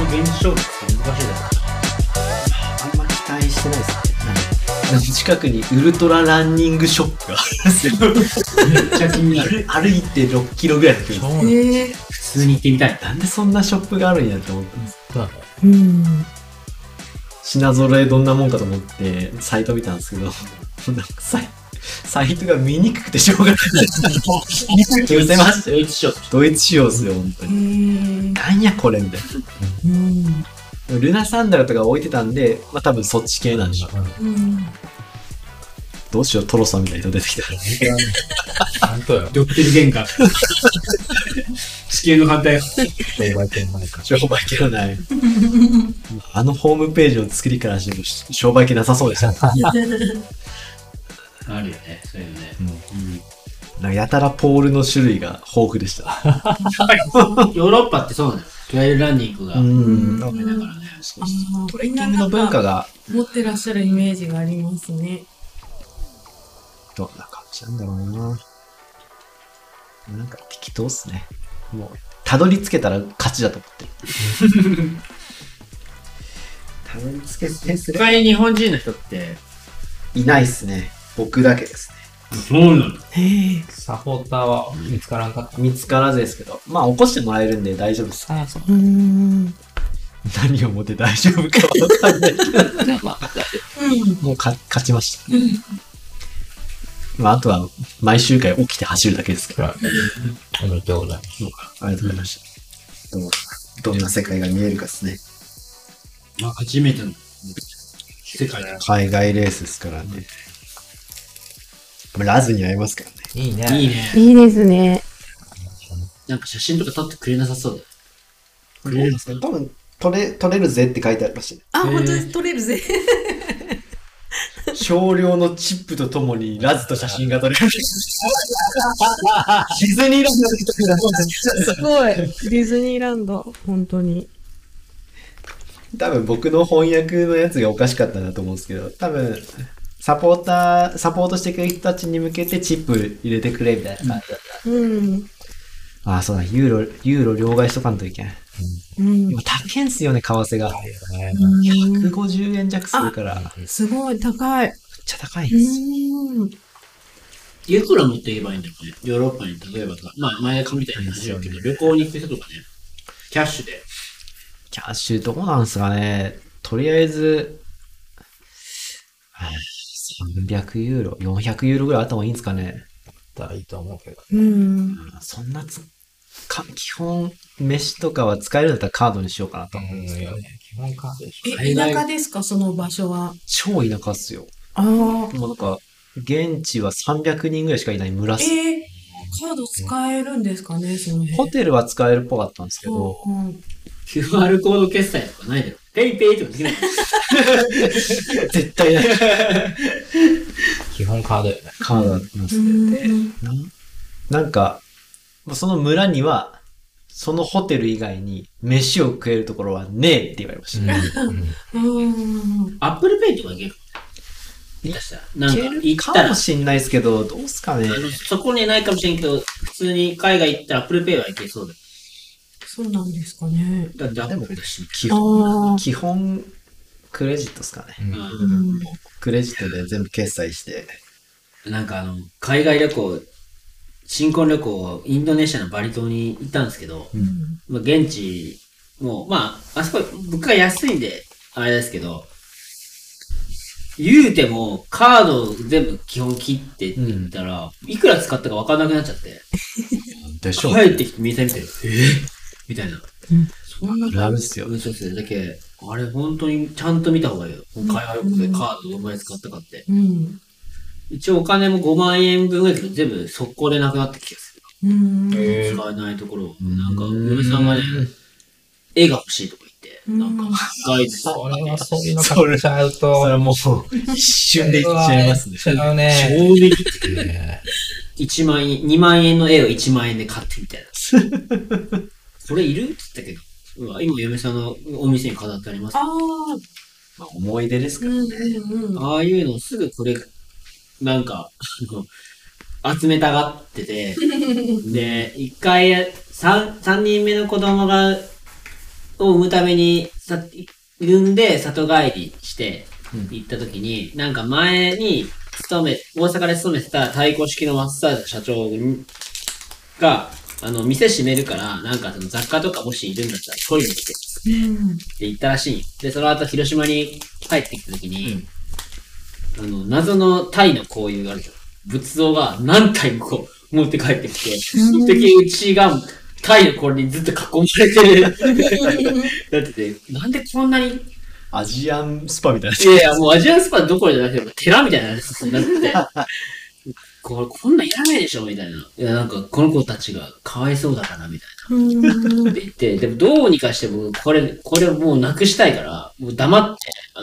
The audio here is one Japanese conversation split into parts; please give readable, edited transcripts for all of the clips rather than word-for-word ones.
現地調達って難しいだろ。 あんま期待してないですね。近くにウルトラランニングショップがあるんですよ。 めっちゃ気になる。 歩いて6キロぐらいで来るんです。 普通に行ってみたい。 なんでそんなショップがあるんやって思ったんです。品揃えどんなもんかと思ってサイト見たんですけど、なんかサイトが見にくくてしょうがない。寄せましたよ。ドイツ仕様ですよ、本当に。なんやこれみたいな。ルナサンダルとか置いてたんで、まあ多分そっち系なんでしょう。どうしよう、トロさんみたいな人出てきたら。 本当よ。 ドッペルゲンガー。地球の反対。 商売系ないか。 商売系はない。あのホームページの作りからしても商売系なさそうでした。 あるよね、そういうのね。 なんかやたらポールの種類が豊富でした。 ヨーロッパってそうなのよ。トレイルランニングが。だからね。 トレッキングの文化が持ってらっしゃるイメージがありますね。 どんな感じなんだろうな。なんか適当っすね。もうたどり着けたら勝ちだと思ってる。たどり着けてすれば他に日本人の人っていないっすね。僕だけですね。 そうなの。 サポーターは見つからんかった。 見つからずですけど、まあ起こしてもらえるんで大丈夫です。 ああ、そう。 何をもって大丈夫かわかんないけど、もう勝ちました。まああとは毎週回起きて走るだけですから。 おめでとうございます。 ありがとうございました。どんな世界が見えるかですね。 初めての世界だ。 海外レースですからね。ラズに会いますからね。 いいね。 いいね。 いいですね。 なんか写真とか撮ってくれなさそうだよ。 くれるんですか？多分撮れるぜって書いてありましたね。 あ、本当です。撮れるぜ。 少量のチップとともにラズと写真が撮れる。ディズニーランドの人がすごい。ディズニーランド。本当に。 多分僕の翻訳のやつがおかしかったなと思うんですけど、多分サポートしてくれる人たちに向けてチップ入れてくれみたいな感じだった。ああ、そうだ、ユーロ両替しとかんといけん。今高いんすよね、為替が。150円弱するから。 すごい高い。 めっちゃ高いんですよ。 いくら持っていけばいいんだろうね。ヨーロッパに例えばさ、まあ前みたいな話だけど、旅行に行く人とかね、キャッシュで。 キャッシュどうなんすかね。とりあえず、300ユーロ、400ユーロぐらいあった方がいいんですかね。 いいと思うけど。 そんな基本、飯とかは使えるんだったらカードにしようかなと思うんですけど。 基本カードでしょ。 田舎ですか、その場所は。 超田舎っすよ。 ああ。 もうなんか、現地は300人ぐらいしかいない村っす。 カード使えるんですかね、その辺。 ホテルは使えるっぽかったんですけど、 QR コード決済とかないだろ。ペイペイとかできない。 絶対ない。 基本カードよね。 カードなんですね。なんか、その村には、そのホテル以外に飯を食えるところはねえって言われました。 アップルペイとかいけるなんか行ったからもしんないですけど、どうすかね。 そこにないかもしれんけど、普通に海外行ったらアップルペイはいけそうだよ。 そうなんですかね。 だってアップルだし。 基本、クレジットですかね。クレジットで全部決済して。 なんか海外旅行、新婚旅行、インドネシアのバリ島に行ったんですけど、現地、もう、まあ、あそこ、物価が安いんで、あれですけど、言うても、カード全部基本切ってって言ったら、いくら使ったか分かんなくなっちゃって。 でしょう。 帰ってきて店見て、みたいな。 そんなあるっすよ。 そうですね。だけあれ本当にちゃんと見た方がいいよ。海外旅行でカードどのぐらい使ったかって。一応お金も5万円分ぐらいけど、全部速攻でなくなった気がする。使えないところ。なんか、嫁さんがね、絵が欲しいとか言って、なんか、ガイドそれはそういうの買っちゃうと。それはもう、一瞬でいっちゃいますね。 違うね。 衝撃って1万円、2万円の絵を1万円で買ってみたいな。これいるって言ったけど、今嫁さんのお店に飾ってあります。 まあ、思い出ですからね。 ああいうのすぐこれ、なんか、集めたがってて、で、一回、3人目の子供がを産むために、産んで里帰りして行った時に、なんか前に大阪で勤めてた太鼓式のマッサージの社長が、店閉めるから、なんかその雑貨とかもしいるんだったら取りに来て、って言ったらしいんよ。で、その後広島に帰ってきた時に、謎のタイのこういうあるじゃん。仏像が何体もこう持って帰ってきて、うちがタイのこれにずっと囲まれてだってて、なんでこんなにアジアンスパみたいな。 いやいや、もうアジアンスパどころじゃなくて、寺みたいなやつになって、こんなんいらないでしょみたいな。いや、なんか、この子たちがかわいそうだから、みたいな。って言って、でもどうにかして僕、これもうなくしたいから、もう黙って、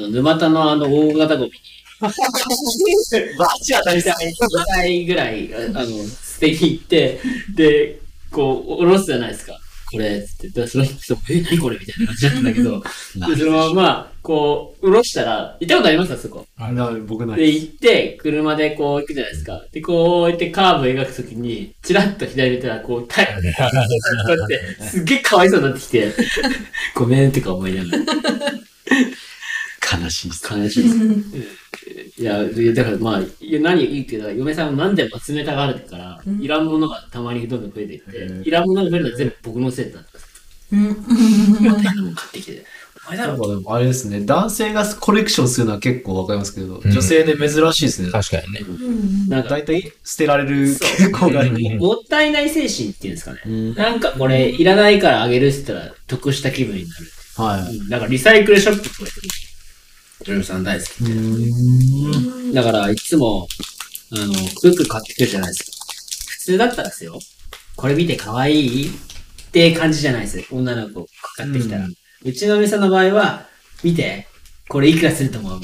沼田の大型ゴミに、バチ当たりたい5回ぐらい、捨てに行って、で、こう、おろすじゃないですか。これ、つって。その人、何これみたいな感じだったんだけど、で、そのまま、こう、うろしたら、行ったことありますかそこ。 僕ない。 で、行って、車でこう行くじゃないですか。で、こう行ってカーブ描くときに、チラッと左見たら、こう、タイヤが、こうやって、すっげえかわいそうになってきて、ごめんってか思いながら。 悲しいっす。 悲しいです。いや、だからまあ、何言うけど、嫁さんは何でも集めたがるから、いらんものがたまにどんどん増えていって、いらんものが増えるのは全部僕のせいだった。買ってきて。 なんかでもあれですね、男性がコレクションするのは結構わかりますけど、女性で珍しいですね。 確かにね。 なんか大体捨てられる傾向がある。 もったいない精神っていうんですかね。なんかこれいらないからあげるって言ったら得した気分になる。 はい。 だからリサイクルショップとか行ってジョルさん大好きで。だからいつも、服買ってくるじゃないですか。普通だったらですよ。これ見て可愛いって感じじゃないですよ。女の子買ってきたら。うちのお店の場合は、見て、これいくらすると思う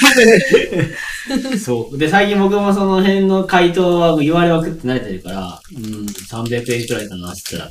そう。で、最近僕もその辺の回答は言われまくって慣れてるから、300円くらいかなって言ったら、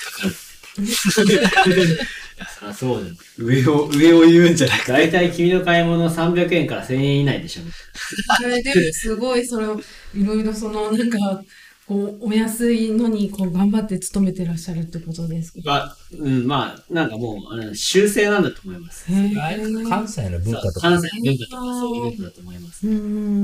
そりゃそうだよ。 上を言うんじゃないか。 だいたい君の買い物300円から1000円以内でしょ。 それですごいそれをいろいろなんかこうお安いのにこう頑張って勤めてらっしゃるってことですか。 まあなんかもう習性なんだと思います。 関西の文化とか。 関西の文化とかそういうことだと思います。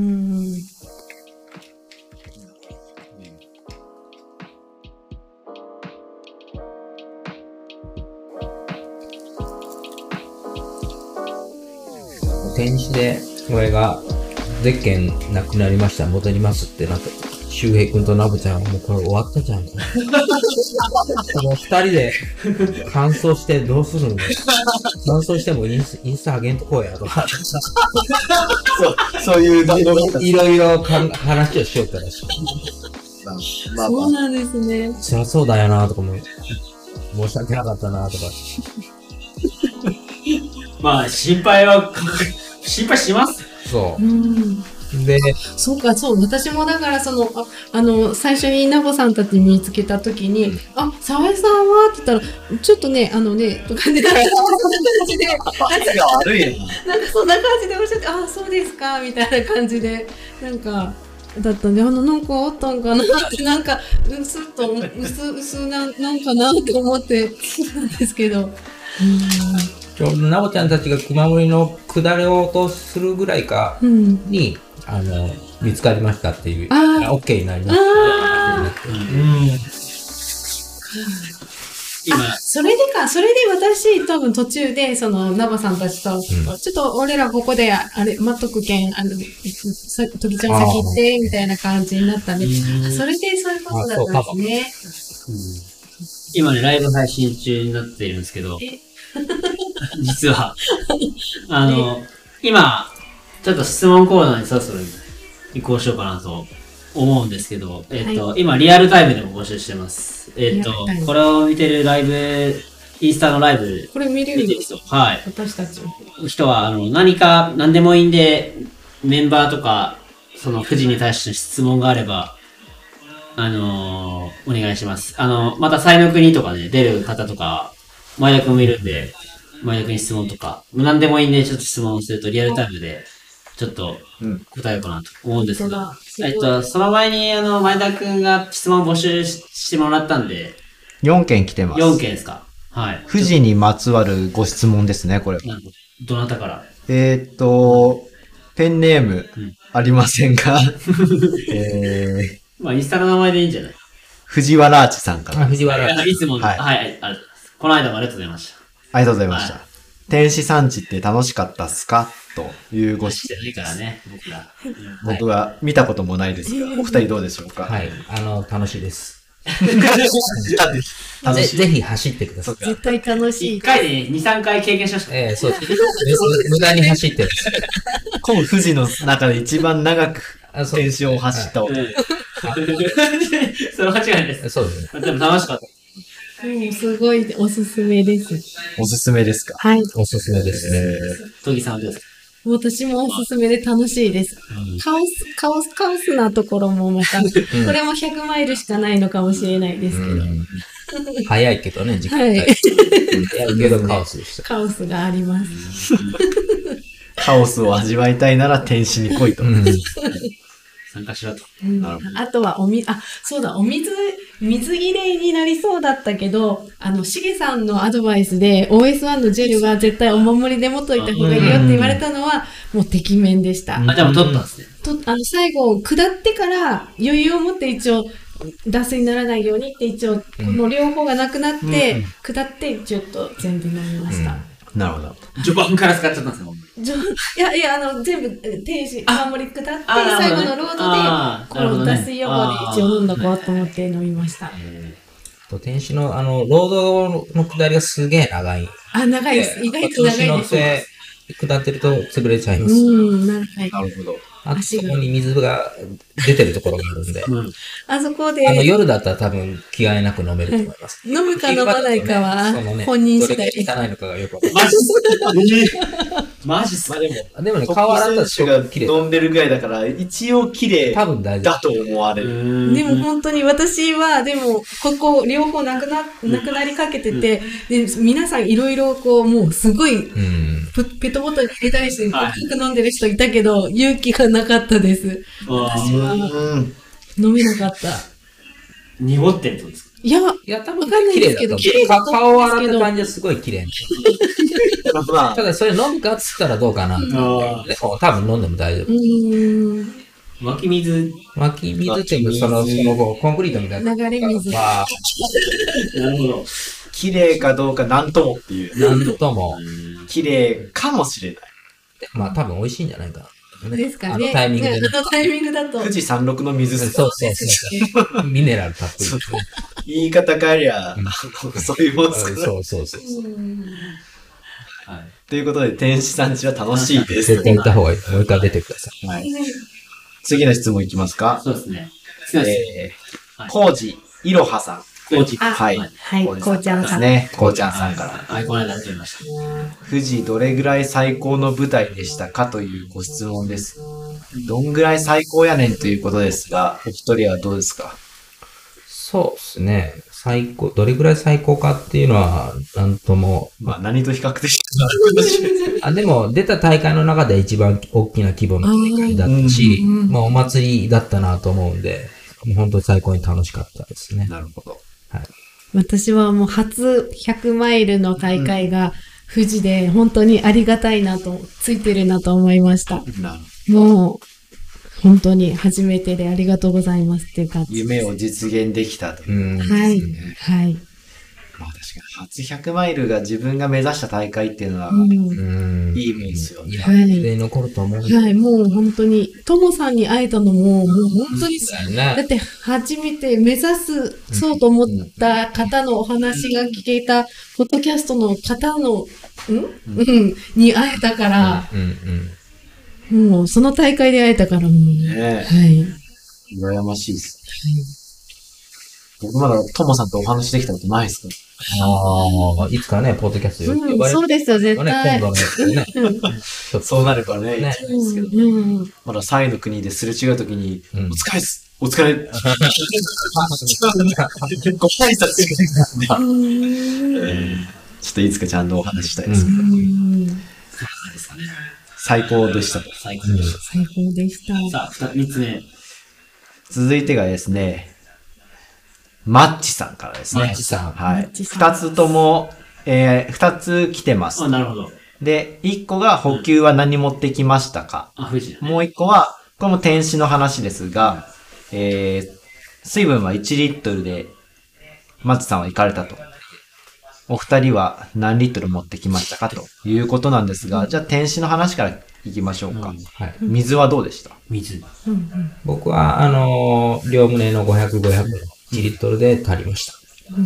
天使で、これが、ゼッケンなくなりました、戻りますってなって、周平君とナブちゃんはもうこれ終わったじゃん。この二人で、乾燥してどうするの乾燥してもインスタ上げんとこうや、とか。 そういう段取り。 いろいろ話をしよったらしい。 そうなんですね。 そりゃそうだよな、とかも、申し訳なかったな、とか。 まあ、心配します。 そう。で、 そうか、そう、私もだから最初にナボさんたち見つけたときに、沢井さんはって言ったら、ちょっとね、とかね、そんな感じで、 悪いなんかそんな感じでおっしゃって、そうですか、みたいな感じで、なんか、だったんで、なんかあったんかなって、なんか、薄なんかなって思ってたんですけど。 ちょうどナボちゃんたちが熊森の下れようとするぐらいかに、見つかりましたっていう、OK になりました。 それで私多分途中で、ナボさんたちと、ちょっと俺らここで、待っとくけん、時ちゃん先行って、みたいな感じになったんで、それでそういうことだったんですね。 今ね、ライブ配信中になっているんですけど、実は、今、ちょっと質問コーナーにそろそろ移行しようかなと思うんですけど、今リアルタイムでも募集してます。これを見てるライブ、インスタのライブ、 これ見れる人、はい。 私たち人は、何でもいいんで、メンバーとか、富士に対しての質問があれば、お願いします。また、才の国とかね、出る方とか、前田くんもいるんで、前田くんに質問とか、何でもいいんで、ちょっと質問をするとリアルタイムで、ちょっと答えようかなと思うんですけど、その前に、前田くんが質問を募集してもらったんで、 4件来てます。 4件ですか。 はい。 富士にまつわるご質問ですね、これ。 どなたから？ ペンネーム、ありませんか？ まあ、インスタの名前でいいんじゃない？ 藤原アーチさんから。 藤原アーチ。 いつも、はい、ありがとうございます。この間もありがとうございました。 ありがとうございました。天使産地って楽しかったっすかというご質問。 してないからね、 僕は見たこともないですが、お二人どうでしょうか？ はい、楽しいです。 楽しい。 ぜひ走ってください。 絶対楽しい。 1回で2、3回経験しました。 そうです。無駄に走ってる。 この富士の中で一番長く天使を走った男。 それ間違いないです。 そうですね。 でも楽しかった。 すごいおすすめです。 おすすめですか？ はい。 おすすめですね。 トギさんはどうですか？ 私もおすすめで楽しいです。カオスなところもまた、これも100マイルしかないのかもしれないですけど。 早いけどね、時間帯。 はい。 早いけどカオスでした。 カオスがあります。 カオスを味わいたいなら天使に来いと。 参加しろと。 あとはそうだ、水切れになりそうだったけど、しげさんのアドバイスで OS1 のジェルは絶対お守りで持っといた方がいいよって言われたのは、もうてきめんでした。 じゃあもう取ったんですね。 最後、下ってから余裕を持って一応、脱水にならないようにって一応、この両方がなくなって、下ってちょっと全部飲みました。 なるほど。 序盤から使っちゃったんですよ。 いや、全部、天使、守り下って、最後のロードで、脱水予防で一応飲んだこうと思って飲みました。 天使の、ロードの下りがすげえ長い。 長いです。意外と長いです。 下ってると潰れちゃいます。 なるほど。 あそこに水が出てるところがあるんで。 あそこで。 夜だったら多分気兼ねなく飲めると思います。 飲むか飲まないかは、本人次第。 どれが汚いのかがよくわかる。 マジっすか？ でもね、顔洗ったらすごく綺麗。飲んでるぐらいだから、一応綺麗だと思われる。 でも本当に私は、ここ両方なくなりかけてて、で、皆さんいろいろもうすごい、ペットボトルに入れたりして、飲んでる人いたけど、勇気がなかったです。私は、飲めなかった。 濁ってるってことですか？ いや、 多分綺麗だと思う。顔を洗った感じはすごい綺麗。ただそれ飲むかっつったらどうかな。でも多分飲んでも大丈夫。 湧き水っていうその後、コンクリートみたいな。 流れ水。 なるほど。 綺麗かどうかなんともっていう。 なんとも。 綺麗かもしれない。 まあ多分美味しいんじゃないかな。 ですかね。 タイミングで。 タイミングだと。 富士山麓の水そう。ミネラルたっぷり。 言い方変えりゃ、そういうもんですから。 そう。 ということで、天使産地は楽しいです。 絶対行った方がいい。もう一回出てください。 はい。次の質問いきますか？ そうですね。 コウジいろはさん。 はい。こうちゃんさん。 ね。こうちゃんさんから。 はい、この間見ました。 富士どれぐらい最高の舞台でしたかというご質問です。どんぐらい最高やねんということですが、お一人はどうですか？ そうですね。どれぐらい最高かっていうのは、なんとも。 まあ何と比較的でも、出た大会の中で一番大きな規模の大会だったし、まあお祭りだったなと思うんで、もう本当に最高に楽しかったですね。 なるほど。 はい。 私はもう初100マイルの大会が富士で本当にありがたいなと、ついてるなと思いました。もう本当に初めてでありがとうございますっていう感じ。 夢を実現できたと。 はい。はい。 まあ確かに初100マイルが自分が目指した大会っていうのは、いいもんですよね。 はい。で残ると思う。 はい。もう本当に、ともさんに会えたのも、もう本当に、だって初めて目指そうと思った方のお話が聞けた、ポッドキャストの方の、に会えたから、もうその大会で会えたからもう、 ね、 はい。 羨ましいです。僕まだトモさんとお話できたことないですか？ いつかね、ポッドキャスト呼ばれる。そうですよ、絶対。 今度ね。 そうなるからね、言っちゃいますけど。まだサイの国ですれ違うときに、お疲れっす。お疲れ。ご挨拶してたんで。ちょっといつかちゃんとお話したいですけど。最高でしたと。 最高でした。 最高でした。 さあ、3つ目。 続いてがですね、マッチさんからですね。 マッチさん。 はい。2つとも 2つ来てます。 あ、なるほど。 で、1個が補給は何持ってきましたか、 あ、富士、ね。 もう1個は、これも天使の話ですが、水分は1リットルで、松さんは行かれたと。お二人は何リットル持ってきましたかということなんですが、じゃあ天使の話から行きましょうか。 はい。 水はどうでした？ 水。 僕は、両胸の500、500の1リットルで足りました。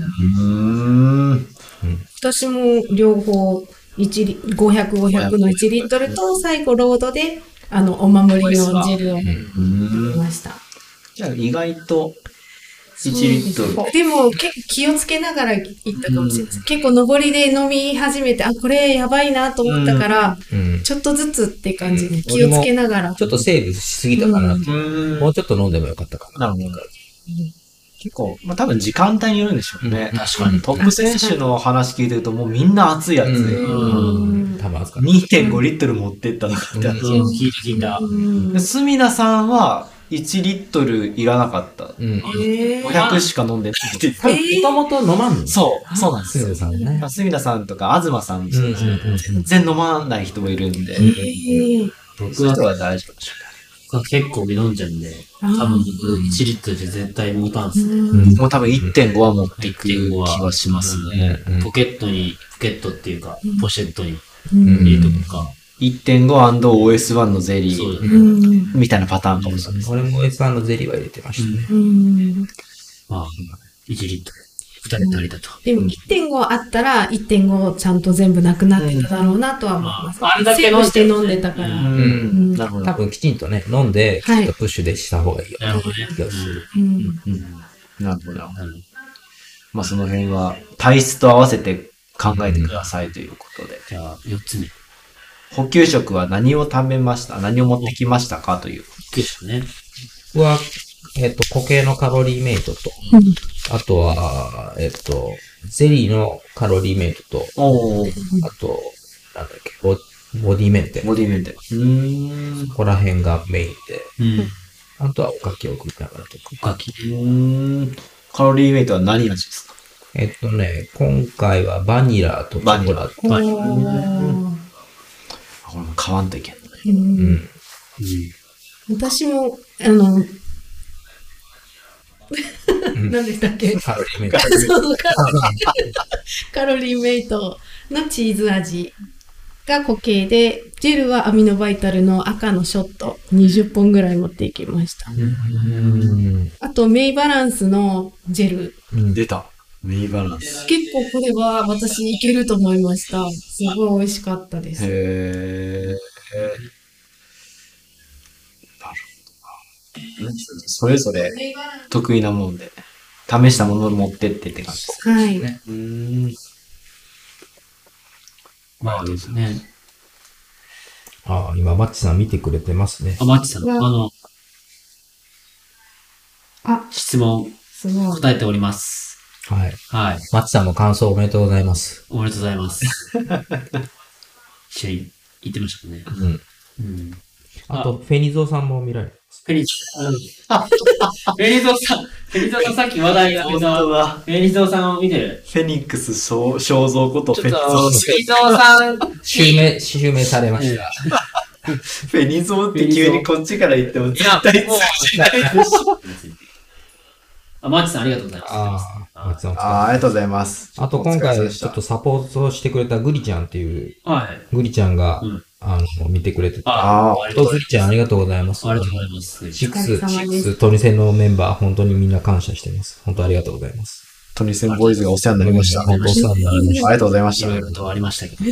私も両方500、500の1リットルと、最後ロードで、お守りのジェルを飲みました。 じゃあ意外と1リットル。 でも結構気をつけながら行ったかもしれないです。結構上りで飲み始めて、あ、これやばいなと思ったから、ちょっとずつって感じで気をつけながら。 ちょっとセーブしすぎたかな。もうちょっと飲んでもよかったかな。 なるほど。結構、まあ多分時間帯によるんでしょうね。確かに。トップ選手の話聞いてるともうみんな熱いやつで。 多分熱かった。 2.5 リットル持ってったのかって話。 聞いた。 隅田さんは1リットルいらなかった。500しか飲んでないって。 もともと飲まんの？ そう、そうなんですよ。隅田さんとか東さん、全然飲まない人もいるんで。僕は大丈夫でしょうね。 結構飲んじゃうんで、多分1リットルで絶対持たんすね。 もう多分 1.5 は持っていく気はしますね。 ポケットっていうか、ポシェットに入れとくか。 1.5&OS1 のゼリーみたいなパターンかもしれない。 俺も OS1 のゼリーは入れてましたね。 まあ、1リットル。2人足りたと。 でも 1.5 あったら 1.5 ちゃんと全部なくなってただろうなとは思います。あれだけして飲んでたから。 なるほど。 多分きちんとね、飲んで、きちんとプッシュでした方がいいよ。 なるほどね。 なるほど。まあその辺は体質と合わせて考えてくださいということで。 じゃあ4つ目。 補給食は何を食べました？何を持ってきましたかという。 補給食ね。 は、固形のカロリーメイトと、あとは、ゼリーのカロリーメイトと、あと、なんだっけ、ボディメンテ。 ボディメンテ。 そこら辺がメインで、あとはおかきを食いながらとか。 おかき。 カロリーメイトは何味ですか？ 今回はバニラとチョコラと。 これも買わんといけん。 私も、何でしたっけ？ カロリーメイト。 カロリーメイトのチーズ味が固形で、ジェルはアミノバイタルの赤のショット20本ぐらい持っていきました。あと、メイバランスのジェル。 出た。メイバランス。 結構これは私いけると思いました。すごい美味しかったです。 なるほど。それぞれ得意なもんで、試したものを持ってってって感じですね。 はい。 まあですね。 今、マッチさん見てくれてますね。 マッチさん、質問、答えております。 はい。 はい。 マッチさんも感想おめでとうございます。 おめでとうございます。一緒に行ってましたね。 あと、フェニゾーさんも見られてます。 フェニゾーさんさっき話題が出た。フェニゾーさんを見てる。 フェニックス肖像ことフェニゾー。 フェニゾーさん。 襲名されました。 フェニゾーって急にこっちから言っても絶対通じないでしょ。 マッチさんありがとうございます。 ありがとうございます。 あと今回ちょっとサポートしてくれたグリちゃんっていう、グリちゃんが、見てくれてて。グリちゃんありがとうございます。 ありがとうございます。 6トニセンのメンバー、本当にみんな感謝してます。本当ありがとうございます。 トニセンボーイズがお世話になりました。 本当お世話になりました。 ありがとうございました。 いろいろとありましたけど。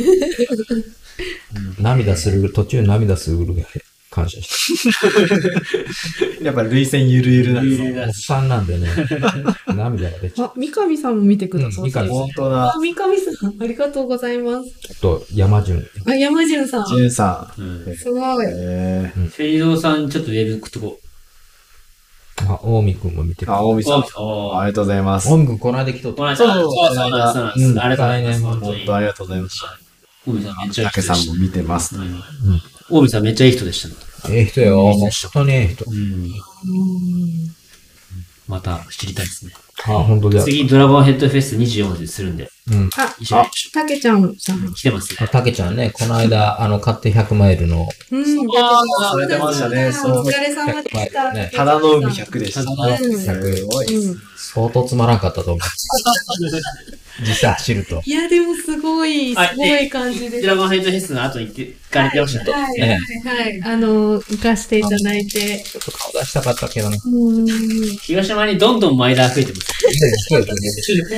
途中涙するぐらい感謝して。 やっぱ涙腺ゆるゆるなんですおっさんなんでね、涙が出ちゃう。 三上さんも見てください。 本当だ。 三上さん、ありがとうございます。 山潤。 山潤さん。 潤さん。すごい。 フェリゾーさん、ちょっとウェブとこ。 大見くんも見てくれて。 大見さん。ありがとうございます。 大見くん、この間来とった。 そうなんです。ありがとうございます。 本当ありがとうございました。 大見さんめっちゃいい人でした。 竹さんも見てます。 大見さんめっちゃいい人でしたね。 ええ人よ。本当にええ人。 また知りたいですね。 本当だ。 次、ドラゴンヘッドフェス24でするんで。一緒に。 たけちゃんさん。 来てますね。 たけちゃんね、この間、買って100マイルの。 されてましたね。 お疲れ様でした。 ただの海100でした。 すごい。相当つまらんかったと思う。実際走ると。 いや、でもすごい感じです。 ドラゴンヘッドフェスの後に行かれてましたね。 はい。行かせていただいて。 ちょっと顔出したかったけどね。 広島にどんどんマイラー増えてます。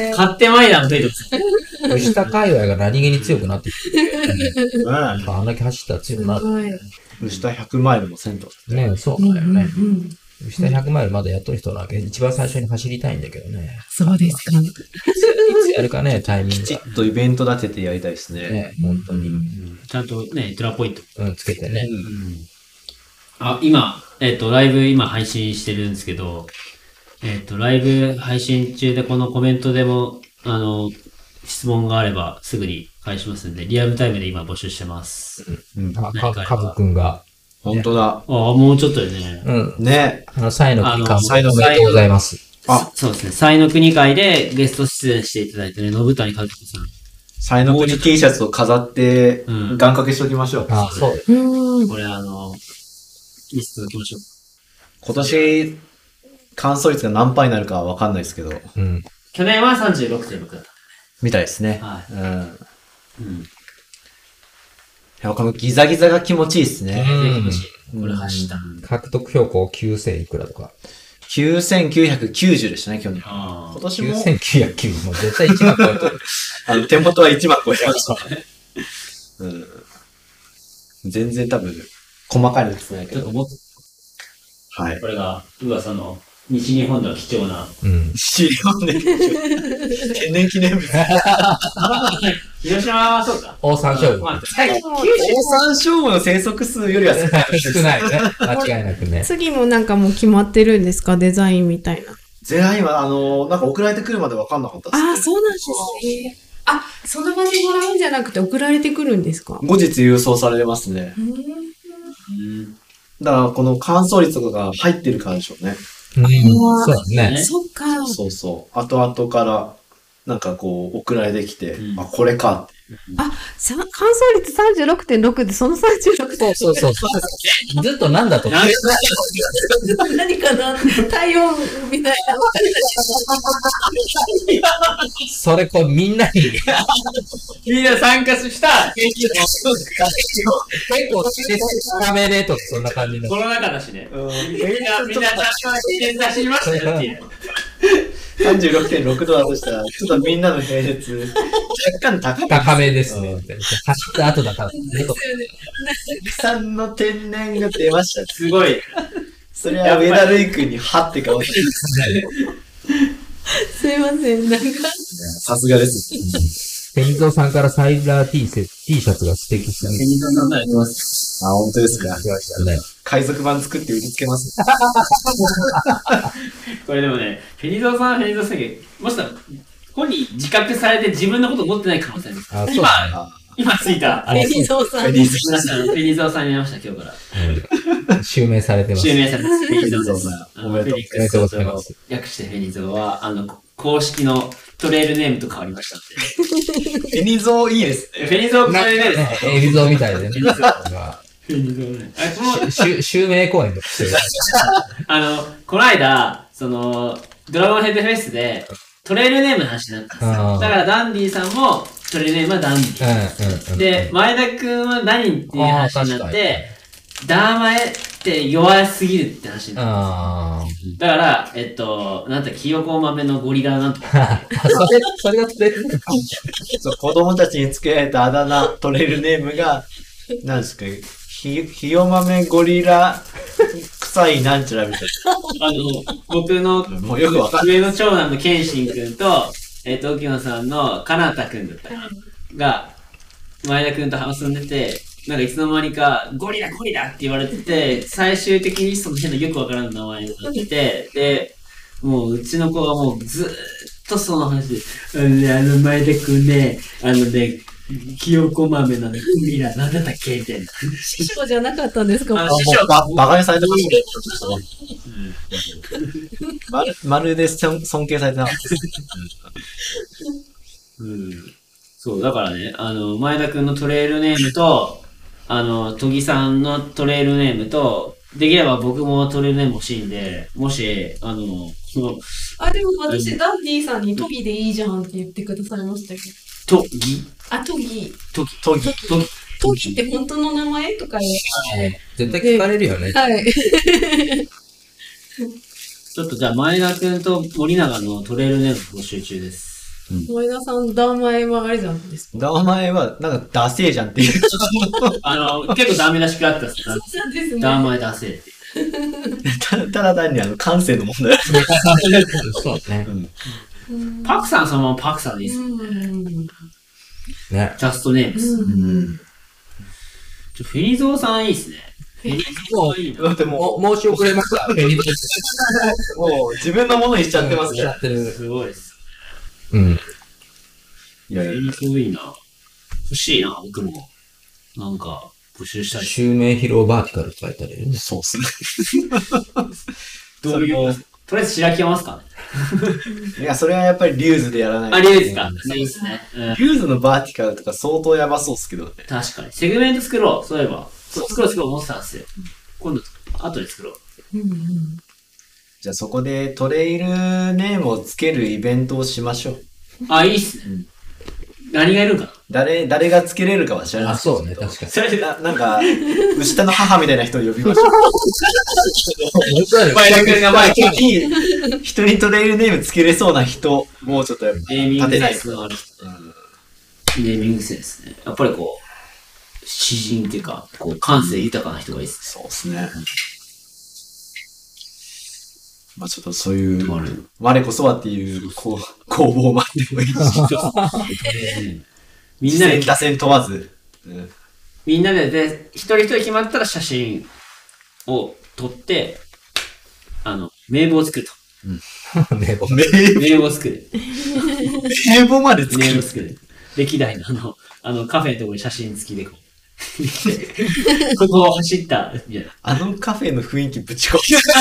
勝手マイラー増えてます。 下界隈が何気に強くなってきて。あんだけ走ったら強くなる。 下100マイルもせんと。 ね、そうだよね。下100マイルまだやっとる人なわけ。一番最初に走りたいんだけどね。 そうですか。いつやるかね、タイミング。 きちっとイベント立ててやりたいですね。 ね、本当に。 ちゃんとね、ドラポイント。 つけてね。 今、ライブ今配信してるんですけど、ライブ配信中でこのコメントでも、質問があればすぐに返しますんで、リアルタイムで今募集してます。 カブくんが。 本当だ。 もうちょっとでね。 ね。 サイの国会おめでとうございます。 そうですね。サイの国会でゲスト出演していただいてね、信谷和樹さん。 サイの国 T シャツを飾って、願掛けしておきましょう。 そう。 これリストおきましょう。 今年、完走率が何パーになるかはわかんないですけど。 去年は 36.6 だった。 みたいですね。 はい。 このギザギザが気持ちいいですね。 これ走った。 獲得標高9000いくらとか。 9990でしたね、去年。 今年も。9990。もう絶対1万超えてる。 手元は1万超えてました。全然多分、細かいのですね。 ちょっともっと。 はい。 これが噂の西日本では貴重な。 西日本で天然記念物。 広島はそうか。 オオサンショウウオ。 オオサンショウウオの生息数よりは少ないね。間違いなくね。 次もなんかもう決まってるんですか？デザインみたいな。 デザインは、なんか送られてくるまで分かんなかったです。 そうなんですね。その場でもらうんじゃなくて送られてくるんですか？ 後日郵送されますね。だから、この乾燥率とかが入ってるからでしょうね。 そうね。 そっか。 そうそう。後々から、なんかこう、送られてきて、これかって。 乾燥率 36.6 で、その 36.6。 そう。ずっとなんだと。 何かな体温みたいな。 それみんなに。 みんな参加した結構、カメレとかそんな感じの。 コロナ禍だしね。みんなちゃんと検査しましたよっていう。 36.6 度だとしたら、ちょっとみんなの並列、若干高めですね。走った後だから。 3の天然が出ました。 すごい。 それは上田瑠衣君にはって顔してるんですね。 すいません、なんか。 さすがです。 ペニゾーさんからサイラー T シャツが素敵ですね。 ペニゾーさんがやってます。 本当ですか。 来ましたね。 海賊版作って売りつけます。 これでもね、フェニゾーさん、もしかしたら、本人自覚されて自分のこと持ってない可能性あります。今ついた。 フェニゾーさん。 フェニゾーさんになりました、今日から。 襲名されてます。 襲名されてます。フェニゾーさん。 おめでとうございます。 略してフェニゾーは、公式のトレイルネームと変わりましたんで。フェニゾーいいですね。 フェニゾートレイルネームですね。エビゾーみたいでね。 フェニゾーね。 襲名公演とかしてる。 この間、ドラゴンヘッドフェスで、トレイルネームの話になったんですよ。だからダンディさんも、トレイルネームはダンディ。で、前田くんは何っていう話になって、ダーマエって弱すぎるって話になったんですよ。だから、なんだ、ひよこ豆のゴリラなんとか。 それがトレイルネーム。 そう、子供たちに付けられたあだ名、トレイルネームが、何ですか、ひよ豆ゴリラ臭いなんちゃらみたいな。 僕の、 もうよくわかんない。 上の長男のケンシンくんと、沖野さんのかなたくんだったが、前田くんと遊んでて、なんかいつの間にか、ゴリラって言われてて、最終的にその辺のよくわからん名前になってて、で、もううちの子はもうずーっとその話で、前田くんね、ひよこ豆なの、ゴリラ、なんだったっけみたいな。 師匠じゃなかったんですか？ 師匠バカにされてましたね。 まるで尊敬されてなかった。 そう、だからね、前田くんのトレイルネームと、都議さんのトレイルネームと、できれば僕もトレイルネーム欲しいんで、もし、 でも私、ダンディさんにトギでいいじゃんって言ってくださいましたけど。 トギトギ。 トギって本当の名前とか絶対聞かれるよね。 はい。 ちょっとじゃあ、前田くんと森永のトレイルネーム募集中です。 前田さん、名前はあれじゃんですか？ 名前は、なんか、ダセーじゃんっていう。 結構ダメ出しくらったっす。 そうですね。 名前ダセーって。 ただ単に感性の問題。 そうね。 パクさんそのままパクさんでいいっすね。ジャストネームです。フェリゾーさんいいっすね。フェリゾーいいな。 だってもう、申し遅れました。フェリゾー。 もう、自分のものにしちゃってますね。 すごいです。 いや、 フェリゾーいいな。欲しいな、僕も。なんか、募集したい。 襲名披露バーティカルって書いてあるよね。 そうっすね。 どういう、とりあえず開きますかね。 いや、それはやっぱりリューズでやらないと。 リューズか。そうですね。 リューズのバーティカルとか相当やばそうっすけどね。 確かに。セグメント作ろう。そういえば。作ろう思ってたんですよ。今度、後で作ろう。 じゃあそこでトレイルネームをつけるイベントをしましょう。 いいっすね。何がいるかな？ 誰がつけれるかは知らない。 そうね、確かに。 それでなんか、牛田の母みたいな人を呼びましょう。 前田君が前人にトレイルネームつけれそうな人、もうちょっとやっぱネーミングセンスのある人。ネーミングセンスね。やっぱりこう、詩人っていうか、こう、感性豊かな人がいいっすね。そうですね。まあちょっとそういう、我こそはっていう攻防もあってもいいし。みんなで打線問わず。 みんなで、一人一人決まったら写真を撮って、名簿を作ると。 名簿を作る。 名簿まで作る。 名簿作る。歴代のカフェのところに写真付きでこう。ここを走った、みたいな。カフェの雰囲気ぶち込む。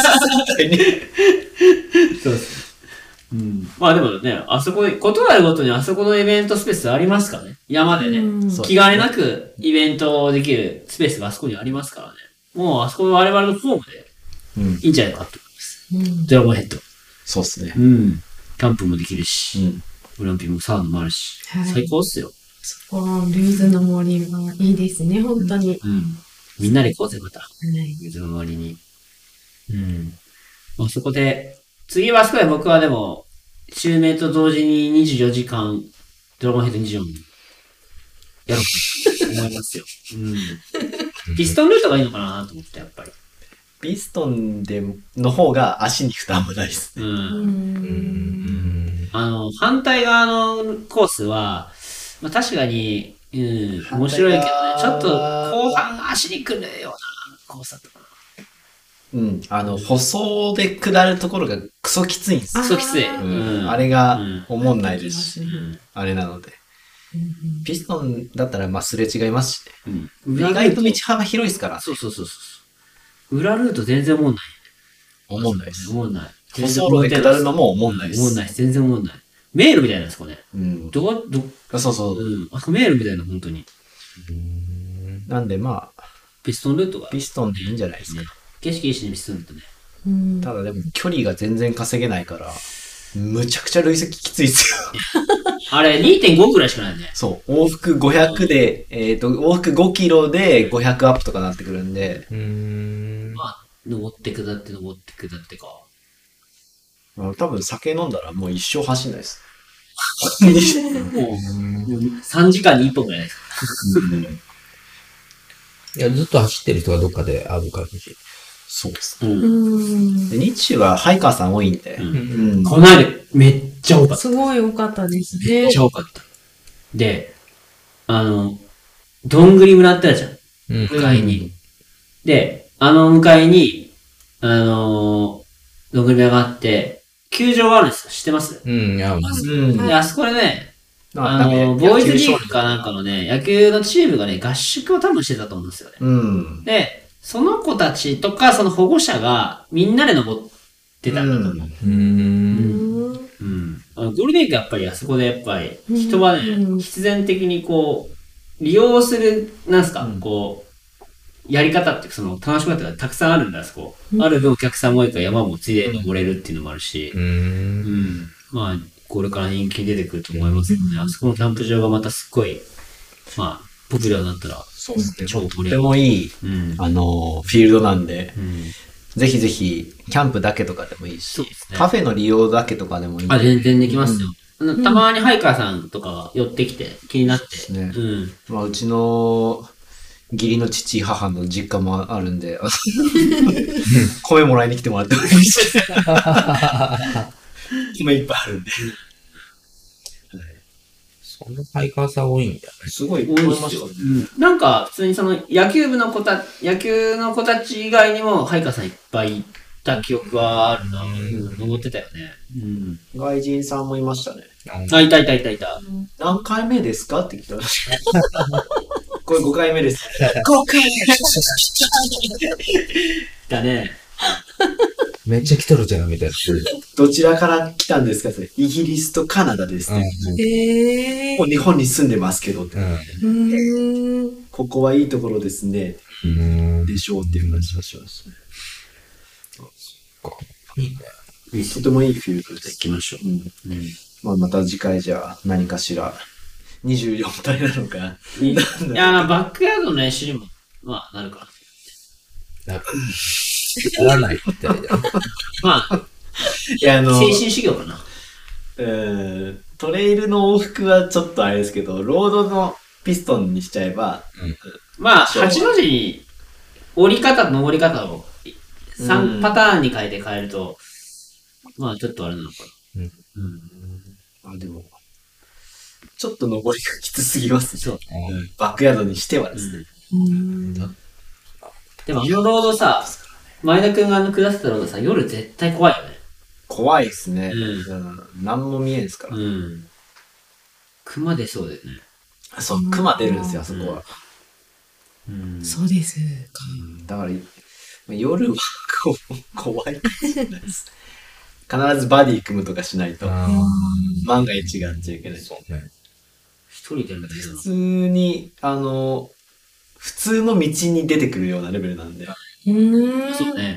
そうです。まあでもね、あそこ、ことあるごとにあそこのイベントスペースありますからね。山でね、気兼ねなくイベントできるスペースがあそこにありますからね。もうあそこ我々のホームでいいんじゃないかと思います。ドラゴンヘッド。 そうっすね。 キャンプもできるし、グランピングもサウナもあるし、最高っすよ。 リューズの森がいいですね、本当に。 みんなで行こうぜ、また。リューズの森に。そこで、次はあそこで僕はでも、襲名と同時に24時間、ドラゴンヘッド24やろうと思いますよ。ピストンルートがいいのかなと思って、やっぱり。 ピストンの方が足に負担もないです。 反対側のコースは、まあ、確かに、面白いけどね、ちょっと後半足にくるようなコースだったかな。 舗装で下るところがクソきついんです。 クソきつい。 あれが思んないですし、あれなので。ピストンだったらまあすれ違いますしね。意外と道幅広いですから。 そう。裏ルート全然思んない。 思んないです。 思んない。 舗装路で下るのも思んないです。 思んない。全然思んない。迷路みたいなんですかね。 そう。 あそこ迷路みたいな、本当に。 なんでまあ、 ピストンルートが。 ピストンでいいんじゃないですか。 景色いいしね、ピストンルートね。 ただでも距離が全然稼げないから、むちゃくちゃ累積きついですよ。 あれ、2.5 ぐらいしかないね。 そう。往復500で、往復5キロで500アップとかなってくるんで。 まあ、登って下ってか。 多分酒飲んだらもう一生走んないです。 もう、3時間に1本ぐらいです。 いや、ずっと走ってる人がどっかで会う感じ。 そうですね。で日中はハイカーさん多いんで。 この間めっちゃ多かった。 すごい多かったですね。 めっちゃ多かった。で、どんぐり村ってあるじゃん。向かいに。で、向かいに、どんぐり村があって、球場があるんですよ。知ってます？ で、 あそこでね、ボーイズリーグかなんかのね、野球のチームがね、合宿を多分してたと思うんですよね。で、 その子たちとか、その保護者がみんなで登ってたんだと思う。ゴールデンウィークやっぱりあそこでやっぱり人はね、必然的にこう、利用する、なんすか、こう、やり方っていうか、その楽しみ方がたくさんあるんだ、あそこ。ある分お客さんも多いから山もついで登れるっていうのもあるし、まあ、これから人気出てくると思いますけどね、あそこのキャンプ場がまたすっごい、まあ、ポピュラーになったら、 そうですね。とてもいい、フィールドなんで、ぜひぜひ、キャンプだけとかでもいいし、ね、カフェの利用だけとかでもいい。 全然できますよ。たまにハイカーさんとかが寄ってきて気になって。 まあ、うちの義理の父、母の実家もあるんで、米もらいに来てもらってもいいし。米いっぱいあるんで。 そんなハイカーさん多いんだよね。 すごい多いですよ。 なんか、普通にその野球の子たち以外にもハイカーさんいっぱいいた記憶はあるな。登ってたよね。 外人さんもいましたね。 いた。 何回目ですかって聞いたらしい。これ5回目です。5回目だね。 めっちゃ来とるじゃん、みたいな。 どちらから来たんですかって。イギリスとカナダですね。もう日本に住んでますけどって。ここはいいところですね。でしょうっていう話をしましたね。 いいね。 とてもいいフィールドで行きましょう。 まあ、また次回じゃあ何かしら24体なのか。 いや、バックヤードの練習にも、まあ、なるかならないって。 まあ、 いや、 精神修行かな。 トレイルの往復はちょっとあれですけど、ロードのピストンにしちゃえば、 まあ、8の字に折り方と登り方を3パターンに変えると、まあ、ちょっとあれなのかな。でも、ちょっと登りがきつすぎますね。 そう。 バックヤードにしてはですね。 でも、あのロードさ、前田くんが下ってたロードさ、夜絶対怖いよね。 怖いですね。何も見えんすから。 熊出そうですね。 そう、熊出るんですよ、あそこは。 そうですか。 だから、夜は怖いかもしれないです。必ずバディ組むとかしないと、万が一があっちゃいけない。 そうね。 一人でも普通に、普通の道に出てくるようなレベルなんで。 そうね。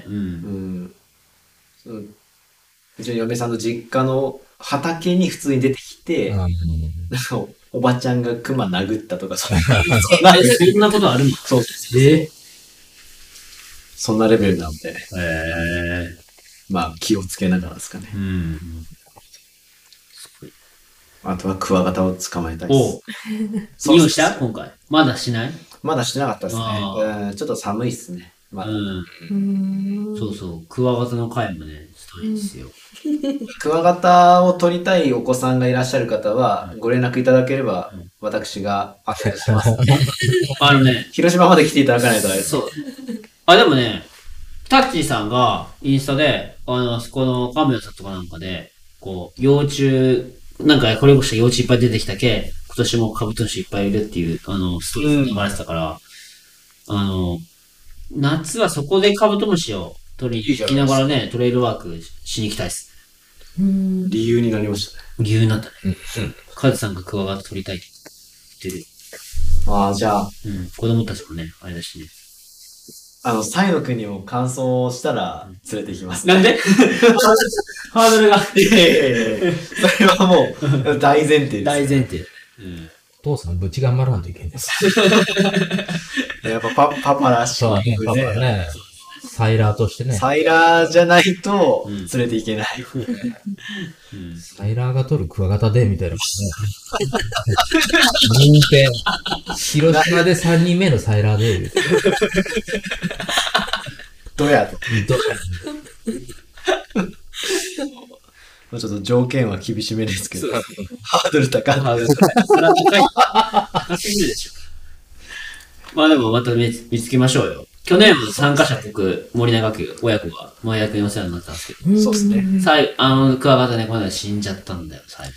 うちの嫁さんの実家の畑に普通に出てきて、おばちゃんが熊殴ったとか、そんなことあるの？ そうです。そんなレベルなので。まあ、気をつけながらですかね。あとはクワガタを捕まえたいです。 利用した今回。まだしない？ まだしてなかったですね。ちょっと寒いっすね。 そうそう。クワガタの回もね、したいんですよ。 クワガタを取りたいお子さんがいらっしゃる方は、ご連絡いただければ、私が案内します。広島まで来ていただかないとあれです。 そう。でもね、タッチーさんがインスタで、そこのカメラさんとかなんかで、こう、幼虫、なんかこれこそ幼虫いっぱい出てきたけ、今年もカブトムシいっぱいいるっていう、ストーリーが流れてたから、夏はそこでカブトムシを取りに行きながらね、トレイルワークしに行きたいです。 理由になりましたね。 理由になったね。カズさんがクワガタ取りたいって言ってる。 じゃあ。 子供たちもね、あれだしね。 サイの国を完走したら連れて行きます、 ね。なんでハードルが。 それはもう大前提です。 大前提。 お父さんぶち頑張らんといけんです。 やっぱパパらしい。 そうね、パパね。サイラーとしてね。 サイラーじゃないと連れて行けない。 サイラーが取るクワガタで、みたいな、ね。認定。広島で3人目のサイラーで。 どやと。ちょっと条件は厳しめですけど、ハードル高い。 ハードル高い。それは高すぎるでしょ。まあでもまた見つけましょうよ。去年も参加者僕、森永家親子が前役にお世話になったんですけど。 そうですね。 クワガタね、この間死んじゃったんだよ、最後。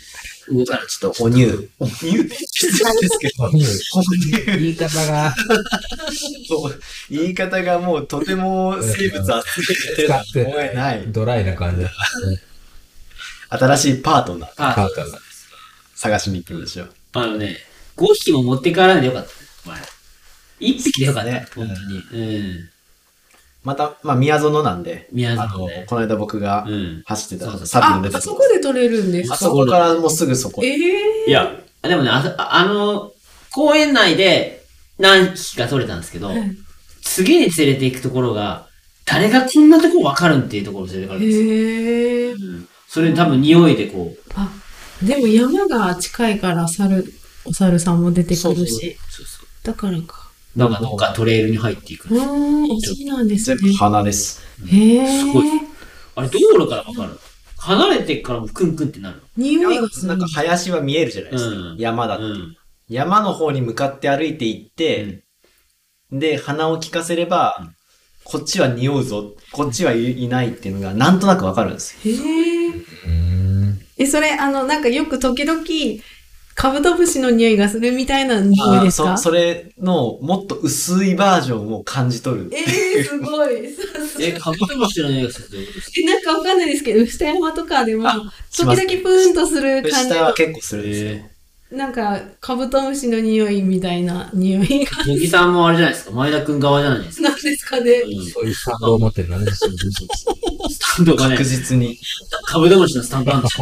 動かない。 ちょっと、お乳って言ってたんですけど、 言い方が、 言い方がもうとても生物集めてる使って思えない。 ドライな感じ。 新しいパートナーパートナー探しに行きましょう。 5匹も持って帰らないでよかった。1匹でよかったね。本当に。 また、宮園なんで、 宮園ね。 この間僕が走ってたサビの出たあそこで取れるんですか？ あそこからもうすぐそこ。 いや、でもね、公園内で何匹か取れたんですけど、次に連れて行くところが、誰がこんなとこ分かるんっていうところを連れてかれるんですよ。それ多分匂いでこう。 あ、でも山が近いからお猿さんも出てくるし。だからか。 なんかどっかトレイルに入っていく。 そうなんですね。 全部鼻です。 すごい。あれ、道路から分かる。離れてからもクンクンってなる。 匂いがする。 なんか林は見えるじゃないですか。山だって。山の方に向かって歩いていって、で、鼻を利かせれば、こっちは匂うぞ、こっちはいないっていうのがなんとなく分かるんですよ。 それ、なんかよく時々、カブトムシの匂いがするみたいな匂いですか？ それのもっと薄いバージョンを感じ取る。 すごい。 カブトムシの匂いがするってことですか？ なんかわかんないですけど、下山とかでも、時々プーンとする感じ。 下は結構するんですよ。 なんか、カブトムシの匂いみたいな匂いが。 茂木さんもあれじゃないですか。前田くん側じゃないですか。 なんですかね。 そういうスタンドを持ってるのね。 スタンドがね。 確実に。 カブトムシのスタンドなんですよ。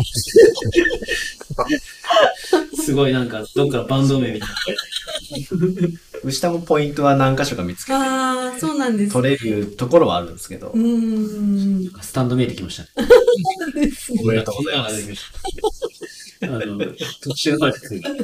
すごいなんか、どっかバンド名みたいな。 牛田もポイントは何箇所か見つけて。 そうなんです。 取れるところはあるんですけど。 スタンド見えてきましたね。 おめでとうございます。 特殊能力が。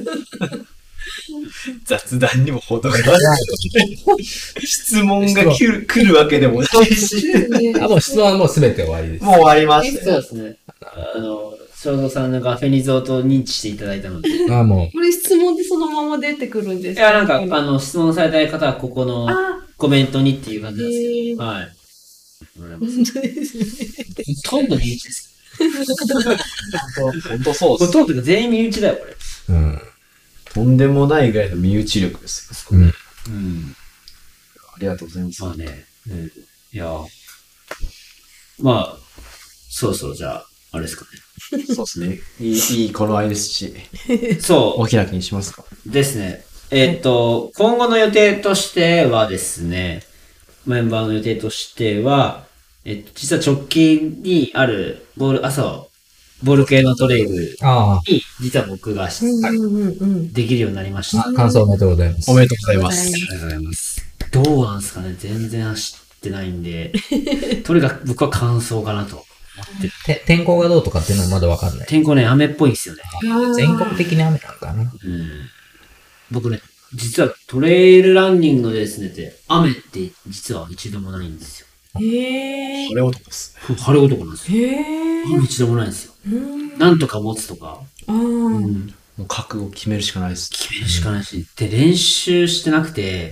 雑談にも程がない。質問が来るわけでもないし。 もう質問はもう全て終わりです。 もう終わりました。 そうですね。正蔵さんがフェニゾーと認知していただいたので。 もう。 これ質問でそのまま出てくるんですか？いや、なんか、質問された方はここのコメントにっていう感じなんですけど。はい。 本当ですね。 ほとんど身内です。 本当そうです。 ほとんど全員身内だよ、これ。 とんでもないぐらいの身内力ですよ。ありがとうございます。 まあね。いや、まあ、そろそろじゃあ、あれですかね。 そうですね。いい頃合いですし。 そう。 お開きにしますか。 ですね。今後の予定としてはですね、メンバーの予定としては、実は直近にあるボール系のトレイルに、実は僕ができるようになりました。 感想おめでとうございます。 おめでとうございます。 ありがとうございます。どうなんですかね？全然走ってないんで、とにかく僕は感想かなと思ってる。 天候がどうとかっていうのはまだわかんない。 天候ね、雨っぽいんですよね。 全国的に雨なのかな。 僕ね、実はトレイルランニングのですねって、雨って実は一度もないんですよ。 晴れ男です。 晴れ男なんですよ。雨一度もないんですよ。なんとか持つとか。 もう覚悟決めるしかないです。 決めるしかないし。で、練習してなくて、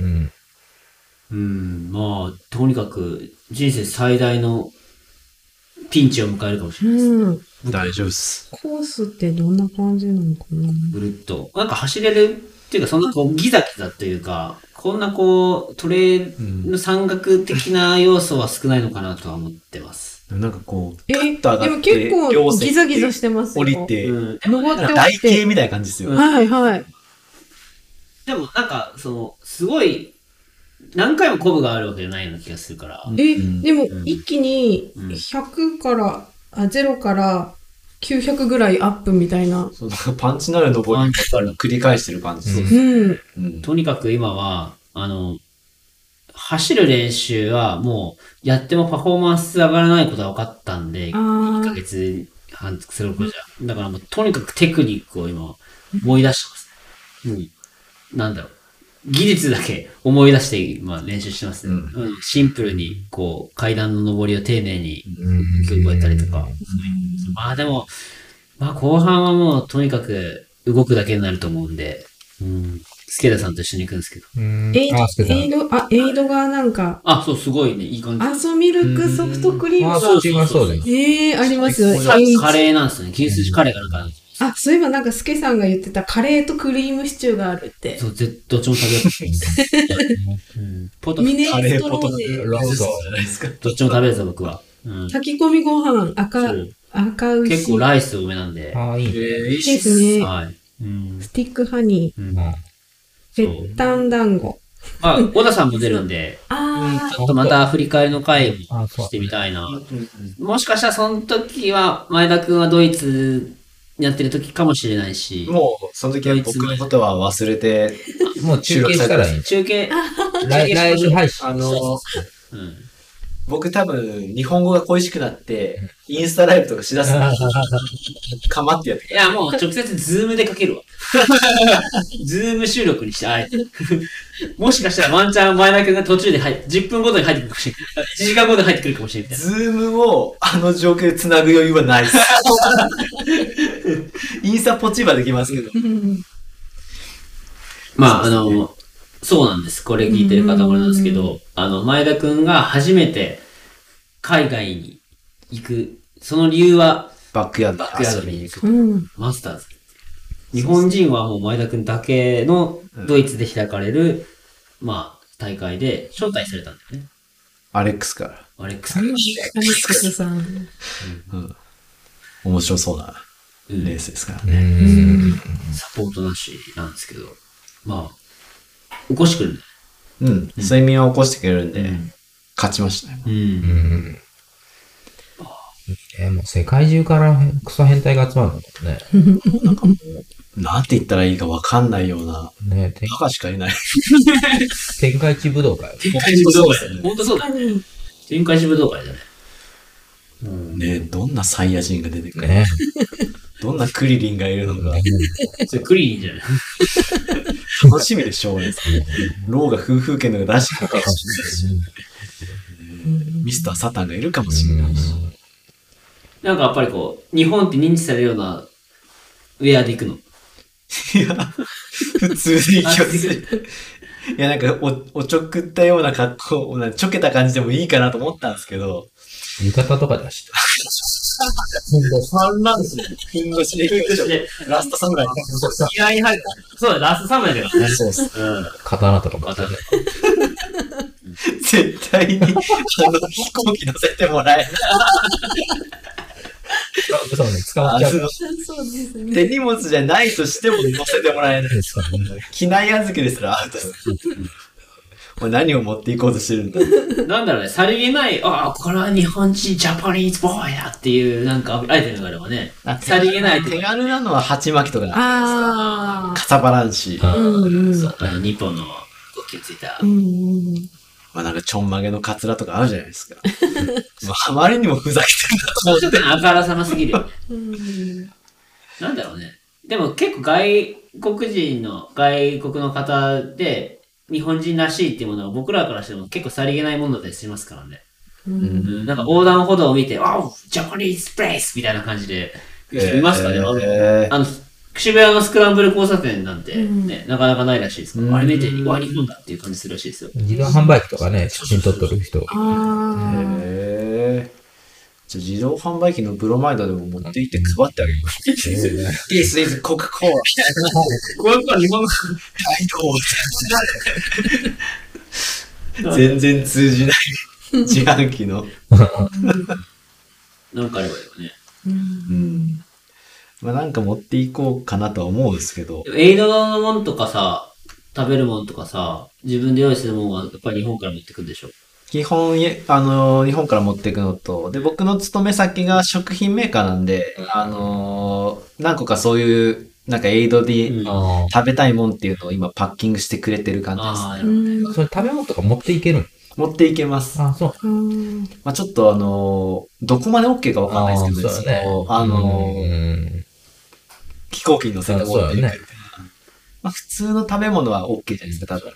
まあ、とにかく人生最大のピンチを迎えるかもしれないです。 大丈夫です。 コースってどんな感じなのかな？ ぐるっと。なんか走れるっていうか、そんなこうギザギザというか、こんなこう、トレイルの山岳的な要素は少ないのかなとは思ってます。 なんかこう、 でも結構ギザギザしてますよ。 降りて、 登って台形みたいな感じですよ。 はいはい。 でもなんか、すごい、何回もコブがあるわけじゃないような気がするから。 でも一気に100から、0から900ぐらいアップみたいな。 パンチのある登りを繰り返してる感じです。 とにかく今は、走る練習はもうやってもパフォーマンス上がらないことは分かったんで、1ヶ月半することじゃ。だからもうとにかくテクニックを今思い出してますね。なんだろう。技術だけ思い出して今練習してますね。シンプルにこう階段の上りを丁寧に覚えたりとか。まあでも、後半はもうとにかく動くだけになると思うんで、スケダさんと一緒に行くんですけど。 エイドがなんか。 そう、すごいね、いい感じ。 アソミルクソフトクリームが。 そうです。 ありますよ。 カレーなんですよね。牛すじカレーがなんか、 あ、そういえばなんかスケさんが言ってたカレーとクリームシチューがあるって。 そう、どっちも食べやすい。 ポトフ。ミネストローネ。 どっちも食べるぞ、僕は。 炊き込みご飯、赤牛。 結構ライス多めなんで。 ああ、いいね。 いいですね。 はい。 スティックハニー。ぺったん団子。 まあ、小田さんも出るんで、ちょっとまた振り返りの回もしてみたいな。もしかしたらその時は、前田くんはドイツやってる時かもしれないし。 もう、その時は僕のことは忘れて、 もう中継したらいい。 中継。 ライブ配信。 僕多分、日本語が恋しくなって、インスタライブとかしだすのかまってやって。 いや、もう直接ズームでかけるわ。ズーム収録にして、あえて。もしかしたらワンチャン前田くんが途中で10分ごとに入ってくるかもしれない。1時間ごとに入ってくるかもしれない。 ズームをあの状況で繋ぐ余裕はないです。インスタポチはできますけど。 まあ、そうなんです。これ聞いてる方もなんですけど、前田くんが初めて海外に行く、その理由は、 バックヤードに行く。マスターズ。日本人はもう前田くんだけのドイツで開かれる、まあ、大会で招待されたんだよね。 アレックスから。 アレックスさん。 面白そうなレースですからね。 サポートなしなんですけど、まあ、起こしてくるんだよ。睡眠は起こしてくれるんで、勝ちましたね。 もう世界中からクソ変態が集まるんだもんね。 なんかもう、なんて言ったらいいかわかんないような、バカしかいない。 天下一武道会。 天下一武道会だね。ほんとそうだね。天下一武道会だね。 ね、どんなサイヤ人が出てくるか。どんなクリリンがいるのか。 それクリリンじゃない楽しみでしょうね。ローが夫婦権のが出してくるかもしれないし。ミスターサタンがいるかもしれないし。 なんかやっぱりこう、日本って認知されるようなウェアで行くの？ いや、普通に行きます。いや、なんかおちょくったような格好、ちょけた感じでもいいかなと思ったんですけど。 浴衣とか出して。 3ランスで、ふんどしで行きましょう。ラストサムライ。 意外に入る。そうだ、ラストサムライだからね。 そうっす。 刀とかも。 絶対に、飛行機乗せてもらえない。 そうね、捕まっちゃう。 そうですね。 手荷物じゃないとしても乗せてもらえない。機内預けですらアウトです。何を持っていこうとしてるんだ。 なんだろうね、さりげない、これは日本人ジャパニーズボーイだっていう、なんかアイテムがあればね。さりげない手軽なのは鉢巻きとかかさばらんし。 日本の国旗ついた。 まあなんかちょんまげのカツラとかあるじゃないですか。あまりにもふざけてるなと思って。 ちょっとあからさますぎるよね。なんだろうね。でも結構外国の方で、日本人らしいっていうものが僕らからしても結構さりげないものだったりしますからね。なんか横断歩道を見て、ジャパニーズプレイスみたいな感じで、いますかね、渋谷のスクランブル交差点なんて、ね、なかなかないらしいですから、あれ見て、日本だっていう感じするらしいですよ。 自動販売機とかね、写真撮っとる人。 じゃあ自動販売機のブロマイドでも持って行って配ってあげましょう。This is Coca-Cola みたいな。 コカ・コーラ日本の全然通じない自販機の。 なんかあればいいよね。 まあなんか持っていこうかなとは思うんですけど。 エイドのもんとかさ、食べるもんとかさ、自分で用意するもんはやっぱり日本から持ってくんでしょ？ 基本、日本から持っていくのと、で、僕の勤め先が食品メーカーなんで、何個かそういう、なんかエイドで食べたいもんっていうのを今パッキングしてくれてる感じですね。 それ食べ物とか持っていけるの？ 持っていけます。 そう。 まあちょっとどこまで OK かわかんないですけど、飛行機に乗せて持っていく。まあ普通の食べ物は OK じゃないですか、多分。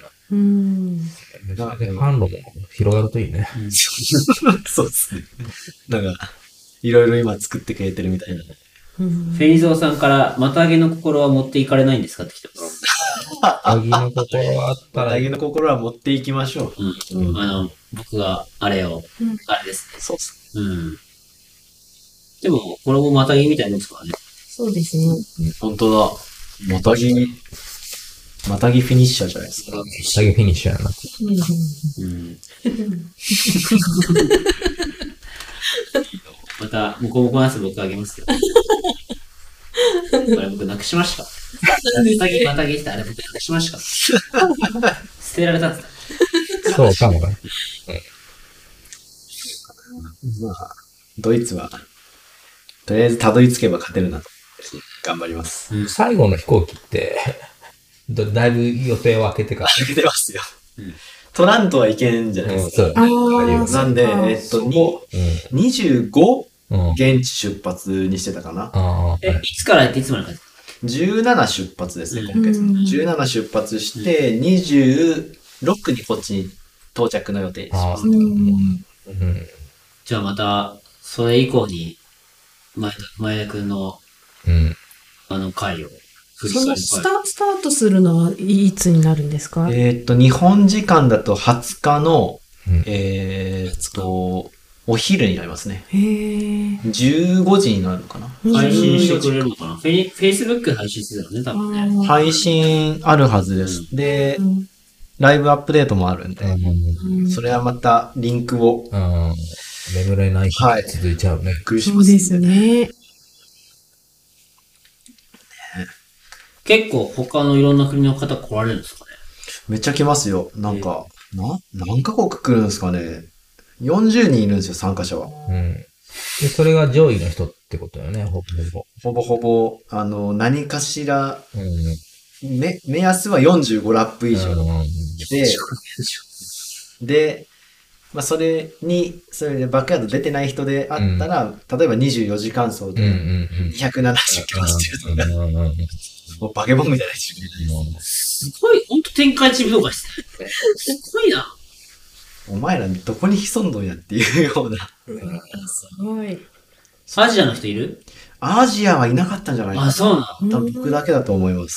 販路も広がるといいね。 そうですね。なんか、いろいろ今作ってくれてるみたいな。 フェイゾーさんから、またぎの心は持っていかれないんですかって来てます。 またぎの心はあったら。 またぎの心は持っていきましょう。 僕があれを、あれですね。 そうっす。 でも、これもまたぎみたいなもんですからね。 そうですね。 本当だ。またぎフィニッシャーじゃないですか。 またぎフィニッシャーやな。 また、もこもこナス僕あげますよ。これ僕なくしました。またぎってあれ僕なくしました。捨てられたんですか？ そうかもね。 まあ、ドイツは、とりあえずたどり着けば勝てるなと。頑張ります。 最後の飛行機って、だいぶ予定を空けてから。 空けてますよ。トラントは行けんじゃないですか。なんで、25、現地出発にしてたかな。 いつから行っていつまでか 17出発ですね、今月。17出発して、26にこっちに到着の予定にします。 じゃあまた、それ以降に、前田くんの、回を。 そのスタートするのはいつになるんですか？ 日本時間だと20日の、お昼になりますね。15時になるのかな。 配信してくれるのかな。Facebook で配信してたのね、多分ね。 配信あるはずです。で、ライブアップデートもあるんで、それはまたリンクを。 眠れない日が続いちゃうね。 びっくりしますね。そうですね。 結構他のいろんな国の方来られるんですかね？ めっちゃ来ますよ。なんか、何カ国来るんですかね。40人いるんですよ、参加者は。 で、それが上位の人ってことだよね、ほぼ。 ほぼ、何かしら、目安は45ラップ以上で、まあ、それでバックヤード出てない人であったら、例えば24時間走で270キロ走ってるとか、もうバケモンみたいな人すごい、ほんと天下一武道会ですね。すごいな。 お前らどこに潜んどんやっていうような。 すごい。 アジアの人いる？ アジアはいなかったんじゃないかな。 あ、そうなの？ 多分僕だけだと思います。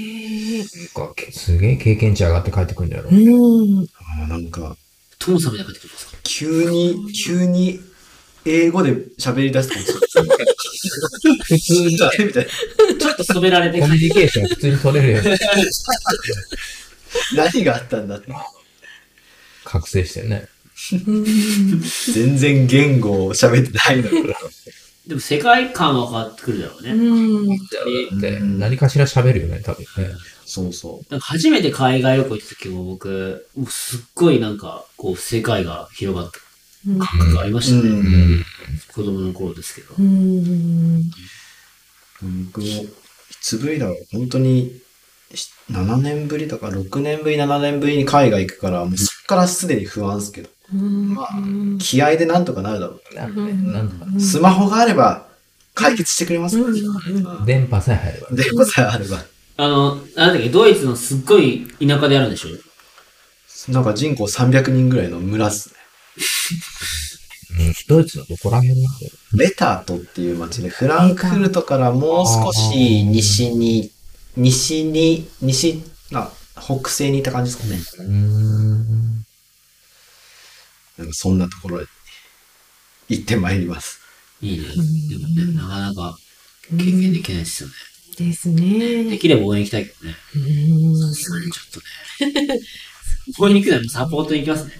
すげえ経験値上がって帰ってくるんだよ。 なんか、 トモさんみたいな帰ってくるんですか？ 急に英語で喋り出すかもしれない。 普通に、 みたいな。 ちょっと染められてコミュニケーション普通に取れるよね。 何があったんだって。 覚醒してね。 全然言語を喋ってないのに。 でも世界観は変わってくるだろうね。 で、何かしら喋るよね、多分ね。 そうそう。 なんか初めて海外旅行行った時も僕、もうすっごいなんか、こう世界が広がった感覚がありましたね。子供の頃ですけど。 僕も、いつぶりだろう。本当に、7年ぶりとか6年ぶり、7年ぶりに海外行くから、もうそっからすでに不安ですけど。まあ、気合でなんとかなるだろう。スマホがあれば解決してくれますからね。 電波さえ入れば。 電波さえあれば。 なんだっけ、ドイツのすっごい田舎であるんでしょ？ なんか人口300人ぐらいの村っすね。 ドイツのどこら辺なんだよ。 レタートっていう町で、フランクフルトからもう少し北西にいた感じですかね。なんかそんなところへ行ってまいります。 いいね。でもね、なかなか経験できないですよね。 ですね。 できれば応援行きたいけどね。さすがにちょっとね。応援に行くならサポートに行きますね。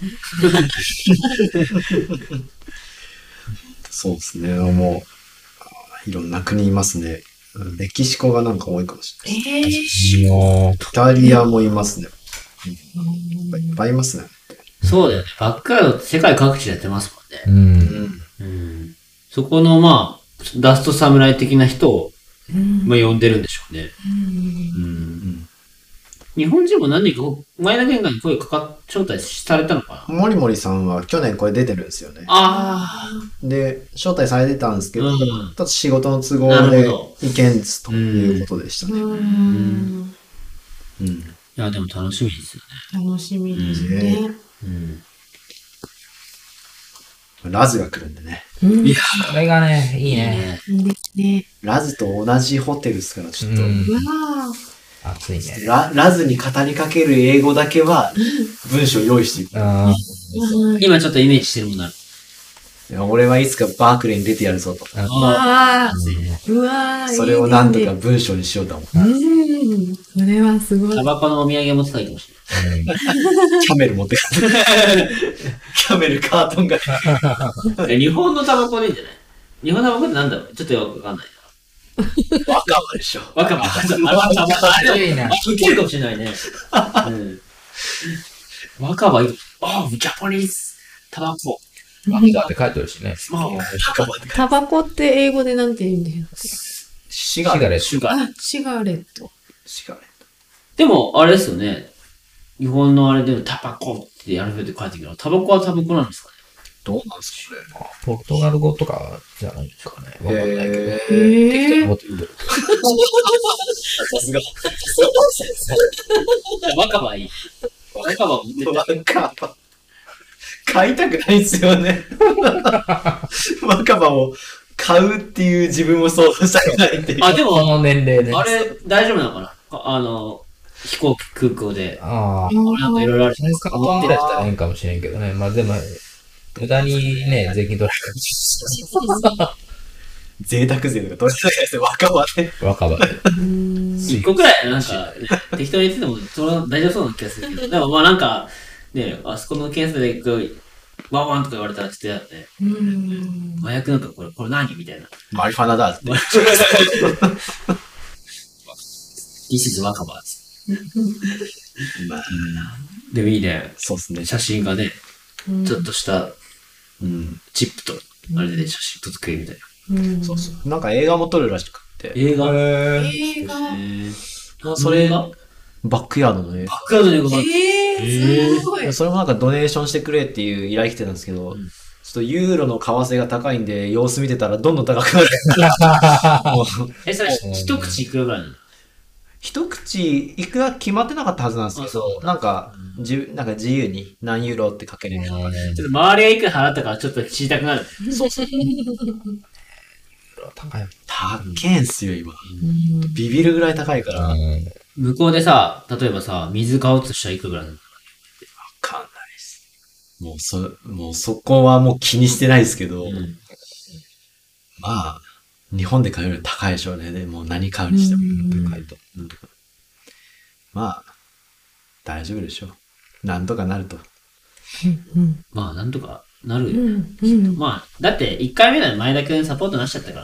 そうですね。もう、いろんな国いますね。メキシコがなんか多いかもしれない。イタリアもいますね。いっぱいいますね。 そうだよね。バックヤードって世界各地でやってますもんね。そこのまあ、ラストサムライ的な人を、まあ呼んでるんでしょうね。日本人も何人か、前田玄関に招待されたのかな？ モリモリさんは去年これ出てるんですよね。で、招待されてたんですけど、ちょっと仕事の都合で行けんつということでしたね。 いや、でも楽しみですよね。楽しみですね。 ラズが来るんでね。 いや、それがね、いいね。 いいですね。 ラズと同じホテルですから、ちょっと。 熱いね。 ラズに語りかける英語だけは文章用意していく。 今ちょっとイメージしてるものある。 俺はいつかバークレーに出てやるぞと。 ああ、うわー、 それをなんとか文章にしようと思う。 それはすごい。 タバコのお土産持ってたらいいかもしれない。 キャメル持ってくる。キャメルカートンが。 日本のタバコでいいんじゃない？日本のタバコってなんだろう？ちょっとよくわかんない若葉でしょ。 な。若葉。あれでも、ウケるかもしれないね。若葉いい。ジャパニーズタバコ。 マンガって書いてるしね。 タバコって英語でなんて言うんですか？ シガレット。 シガレット。 シガレット。 シガレット。 でも、あれですよね。日本のあれでもタバコってアルファベットで書いてるけど、タバコはタバコなんですかね？ どうなんですかね。 ポルトガル語とかじゃないですかね。わかんないけど。 へー。 思ってる。 さすが。 若葉いい。若葉持ってた。 若葉。買いたくないですよね。若葉を買うっていう自分を想像したくないっていう。 あ、でも、 この年齢で。 あれ、大丈夫なのかな？飛行機空港で。 ああ。 なんかいろいろあるじゃないですカか。 ートンぐらいしたらいいんかもしれんけどね。まあでも、無駄にね、税金取られるし。 贅沢税とか取れないですよ、若葉ね。 若葉で。 一個くらい、なんか、適当に言ってても、大丈夫そうな気がするけど。でもまあなんか、ね、あそこの検査でワンワンとか言われたらちょっと嫌だね。麻薬なんかこれ何みたいな。 マリファナだって。 This is 若葉。 まあ、 でもいいね。 そうっすね。 写真がね、ちょっとしたうん。 チップと、あれで写真と作るみたいな。 そうそう。なんか映画も撮るらしくって。 映画映画。 それがバックヤードの映画。 バックヤードの映画がすごい。 それもなんかドネーションしてくれっていう依頼来てたんですけど、ちょっとユーロの為替が高いんで、様子見てたらどんどん高くなる。もうそれ一口いくらぐらいなの？ 一口いくら決まってなかったはずなんですけど、なんか自由に何ユーロって書ける。 ちょっと周りがいくら払ったからちょっと知りたくなる。 そうそう。 高い。 高いんすよ、今。ビビるぐらい高いから。わ向こうでさ、例えばさ、水買おうとしたらいくらぐらいなの？ かんないです。もうそこはもう気にしてないですけど、まあ、日本で買うより高いでしょうね。でも何買うにしても高いと。まあ、大丈夫でしょう。なんとかなると。 まあ、なんとかなるよ。まあ、だって1回目で前田くんサポートなしちゃったから。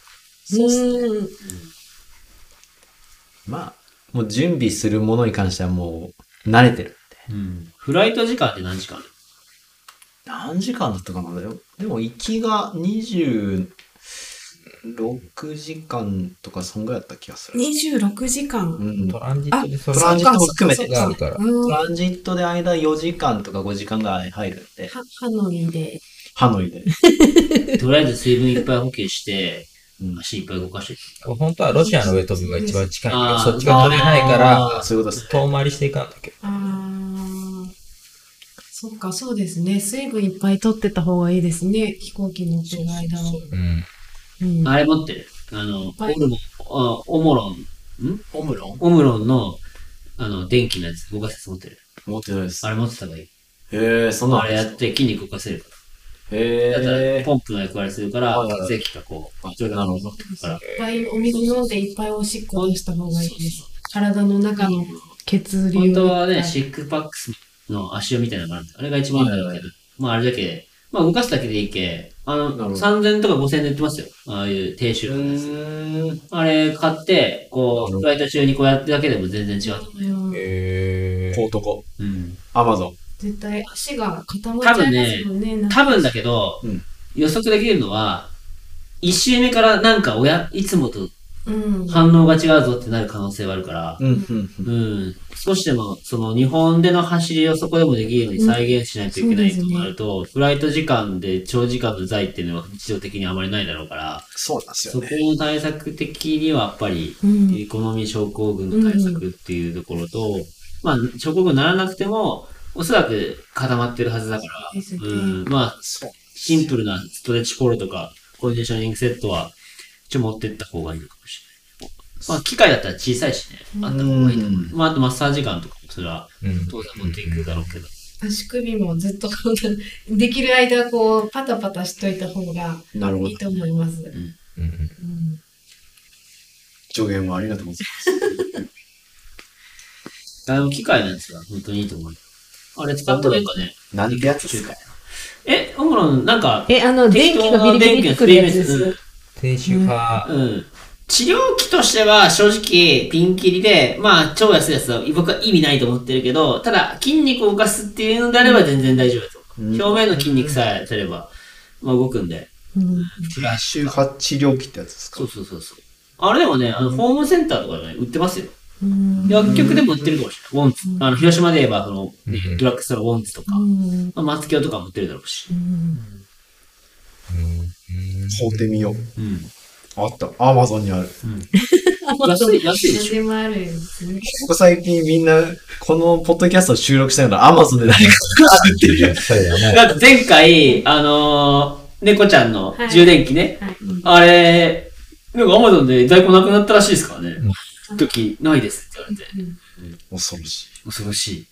まあ、もう準備するものに関してはもう慣れてるんで。 フライト時間って何時間？ 何時間だったかな。でも行きが26時間とかそんぐらいだった気がする。 26時間。 トランジットでトランジットも含めてがあるから。 トランジットで間4時間とか5時間ぐらい入るんで。 ハノイで。 ハノイで。 とりあえず水分いっぱい補給して、足いっぱい動かして。 本当はロシアの上飛ぶが一番近いけど、そっちが取れないから、 そういうことです。 遠回りしていかんだけど。 そっか、そうですね。水分いっぱい取ってた方がいいですね。飛行機乗ってる間は。 あれ持ってる。オムロンの、電気のやつ、動かすやつ持ってる。 持ってないです。 あれ持ってた方がいい。 そんなあれやって筋肉動かせるから。だったら、ポンプの役割するから、血液がこう、それがなるほど。 いっぱいお水飲んでいっぱいおしっこをした方がいいです。体の中の血流。 本当はね、シックパックスの足尾みたいなのがあるんです。あれが一番いいんだろうけど。まああれだけ、まあ動かすだけでいいけ、3000とか5000で売ってますよ。ああいう低周波のやつ。あれ買って、こう、フライト中にこうやってだけでも全然違うと思う。 コートコ。アマゾン。 絶対足が固まっちゃいますもんね。 多分だけど、予測できるのは、1周目からなんかいつもと反応が違うぞってなる可能性はあるから、少しでもその日本での走りをそこでもできるように再現しないといけないとなると、フライト時間で長時間の在っていうのは日常的にあまりないだろうから、 そうなんですよね。 そこの対策的にはやっぱり、エコノミー症候群の対策っていうところと、まあ、症候群にならなくても、おそらく固まってるはずだから、まあ、シンプルなストレッチポールとか、コンディショニングセットは、一応持ってった方がいいのかもしれない。まあ、機械だったら小さいしね、あった方がいいと思う。まあ、あとマッサージガンとかも、それは、当然持っていくだろうけど。 足首もずっと、できる間、こう、パタパタしといた方がいいと思います。 助言もありがとうございます。機械のやつが本当にいいと思う。あれ使った方がいいかね。 何でやつですか？ オムロン、なんか、 電気がビリビリってくるやつです。 低周波。 治療器としては正直ピンキリで、まあ超安いやつは僕は意味ないと思ってるけど、ただ筋肉を動かすっていうのであれば全然大丈夫だと。表面の筋肉さえすれば、まあ動くんで。 低周波治療器ってやつですか？ そう。あれでもね、ホームセンターとかでね、売ってますよ。薬局でも売ってるかもしれない。ウォンツ。広島で言えば、ドラッグストアウォンツとか、松京とかも売ってるだろうし。 買うてみよう。あった。アマゾンにある。 安いでしょ。 ここ最近みんな、このポッドキャストを収録したのがアマゾンで誰かが売ってるやつ。 だって前回、猫ちゃんの充電器ね。あれ、なんかアマゾンで在庫なくなったらしいですからね。時、ないですって言われて。 恐ろしい。 恐ろしい。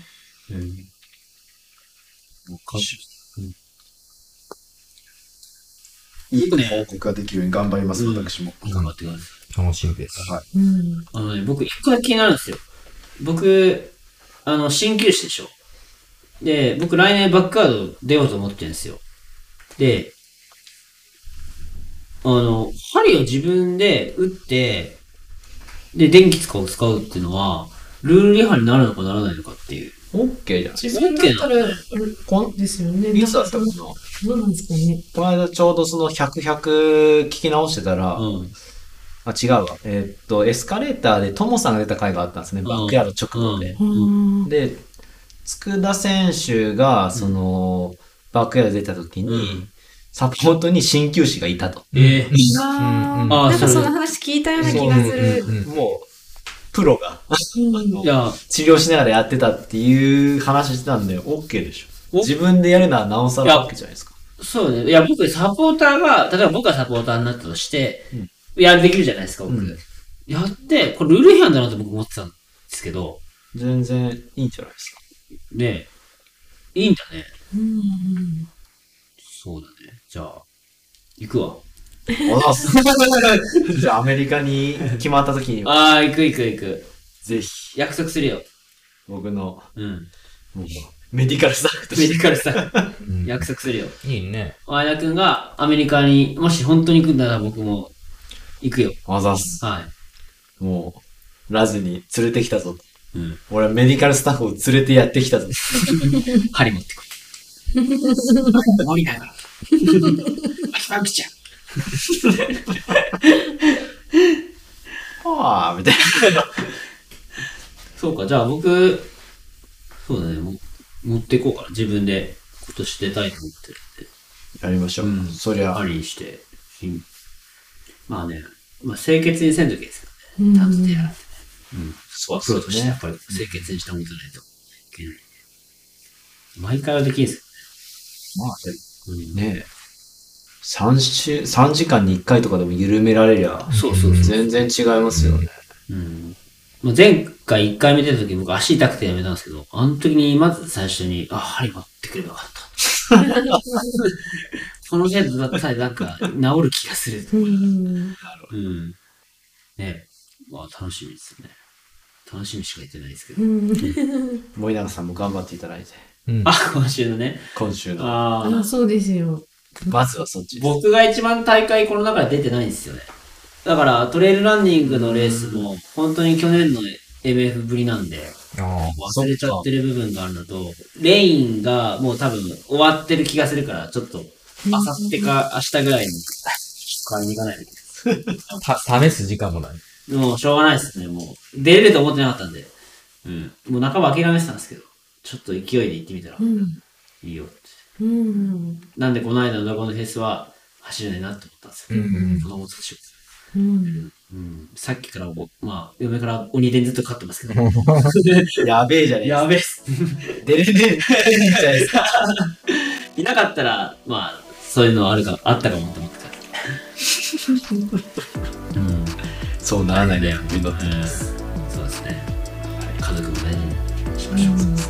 いい報告ができるように頑張ります、私も。 頑張ってください。 楽しみです。 はい。 僕、一個だけ気になるんですよ。僕、鍼灸師でしょ。で、僕来年バックカード出ようと思ってるんですよ。で、針を自分で打って、で、電気使うっていうのは、ルール違反になるのかならないのかっていう。 OK じゃん。 自分だったら、ですよね。 いつだったかな？ どうなんですかね。 この間ちょうどその100聞き直してたら、違うわ。エスカレーターでトモさんが出た回があったんですね。バックヤード直後で。で、佃選手が、バックヤード出た時に、サポートに鍼灸師がいたと。 なんかその話聞いたような気がする。 もう、プロが治療しながらやってたっていう話してたんで、OK でしょ。自分でやるのはなおさら OK じゃないですか。 そうね。いや、僕、サポーターが、例えば僕がサポーターになったとして、できるじゃないですか、僕。やって、これルール違反だなと僕思ってたんですけど。 全然いいんじゃないですか。 ねえ。いいんだね。そうだね。じゃあ、行くわ。 じゃあアメリカに決まった時には。行く。 ぜひ。 約束するよ。 僕の、メディカルスタッフとして。 メディカルスタッフ。約束するよ。 いいね。 前田くんがアメリカに、もし本当に行くんだら僕も行くよ。 あざっす。 はい。 もう、ラズに連れてきたぞ。俺はメディカルスタッフを連れてやってきたぞ。 針持ってこい。森永。パクちゃん。 ああ、みたいな。 そうか、じゃあ僕、そうだね、持っていこうかな。自分で今年出たいと思ってるんで。 やりましょう。そりゃ。 ありして。まあね、清潔にせんときですよね。タンスでやられてね。そう、プロとしてやっぱり清潔にしておかないといけない。毎回はできんすよね。ねえ。3時間に1回とかでも緩められりゃ、全然違いますよね。 前回1回目出た時僕足痛くてやめたんですけど、あの時にまず最初に、針持ってくればよかった。この程度だったらなんか治る気がする。ね、楽しみですよね。楽しみしか言ってないですけど。 森永さんも頑張っていただいて。 今週のね。 今週の。 そうですよ。 まずはそっちです。 僕が一番大会この中で出てないんですよね。だからトレイルランニングのレースも本当に去年の MF ぶりなんで、忘れちゃってる部分があるのと、レインがもう多分終わってる気がするから、ちょっと、明後日か明日ぐらいに買いに行かないといけない。試す時間もない。 もうしょうがないですね、もう。出れると思ってなかったんで。もう半ば諦めてたんですけど、ちょっと勢いで行ってみたら、いいよって。なんでこの間のドラゴンのフェスは走れないなって思ったんですよ。子供少し。さっきから、嫁から鬼伝ずっと勝ってますけど。 やべえじゃねえやべえっす。 出れねえじゃないですか。 いなかったら、そういうのあったかもって思ってた。 そうならないね、祈ってます。 そうですね。家族も大事にしましょう。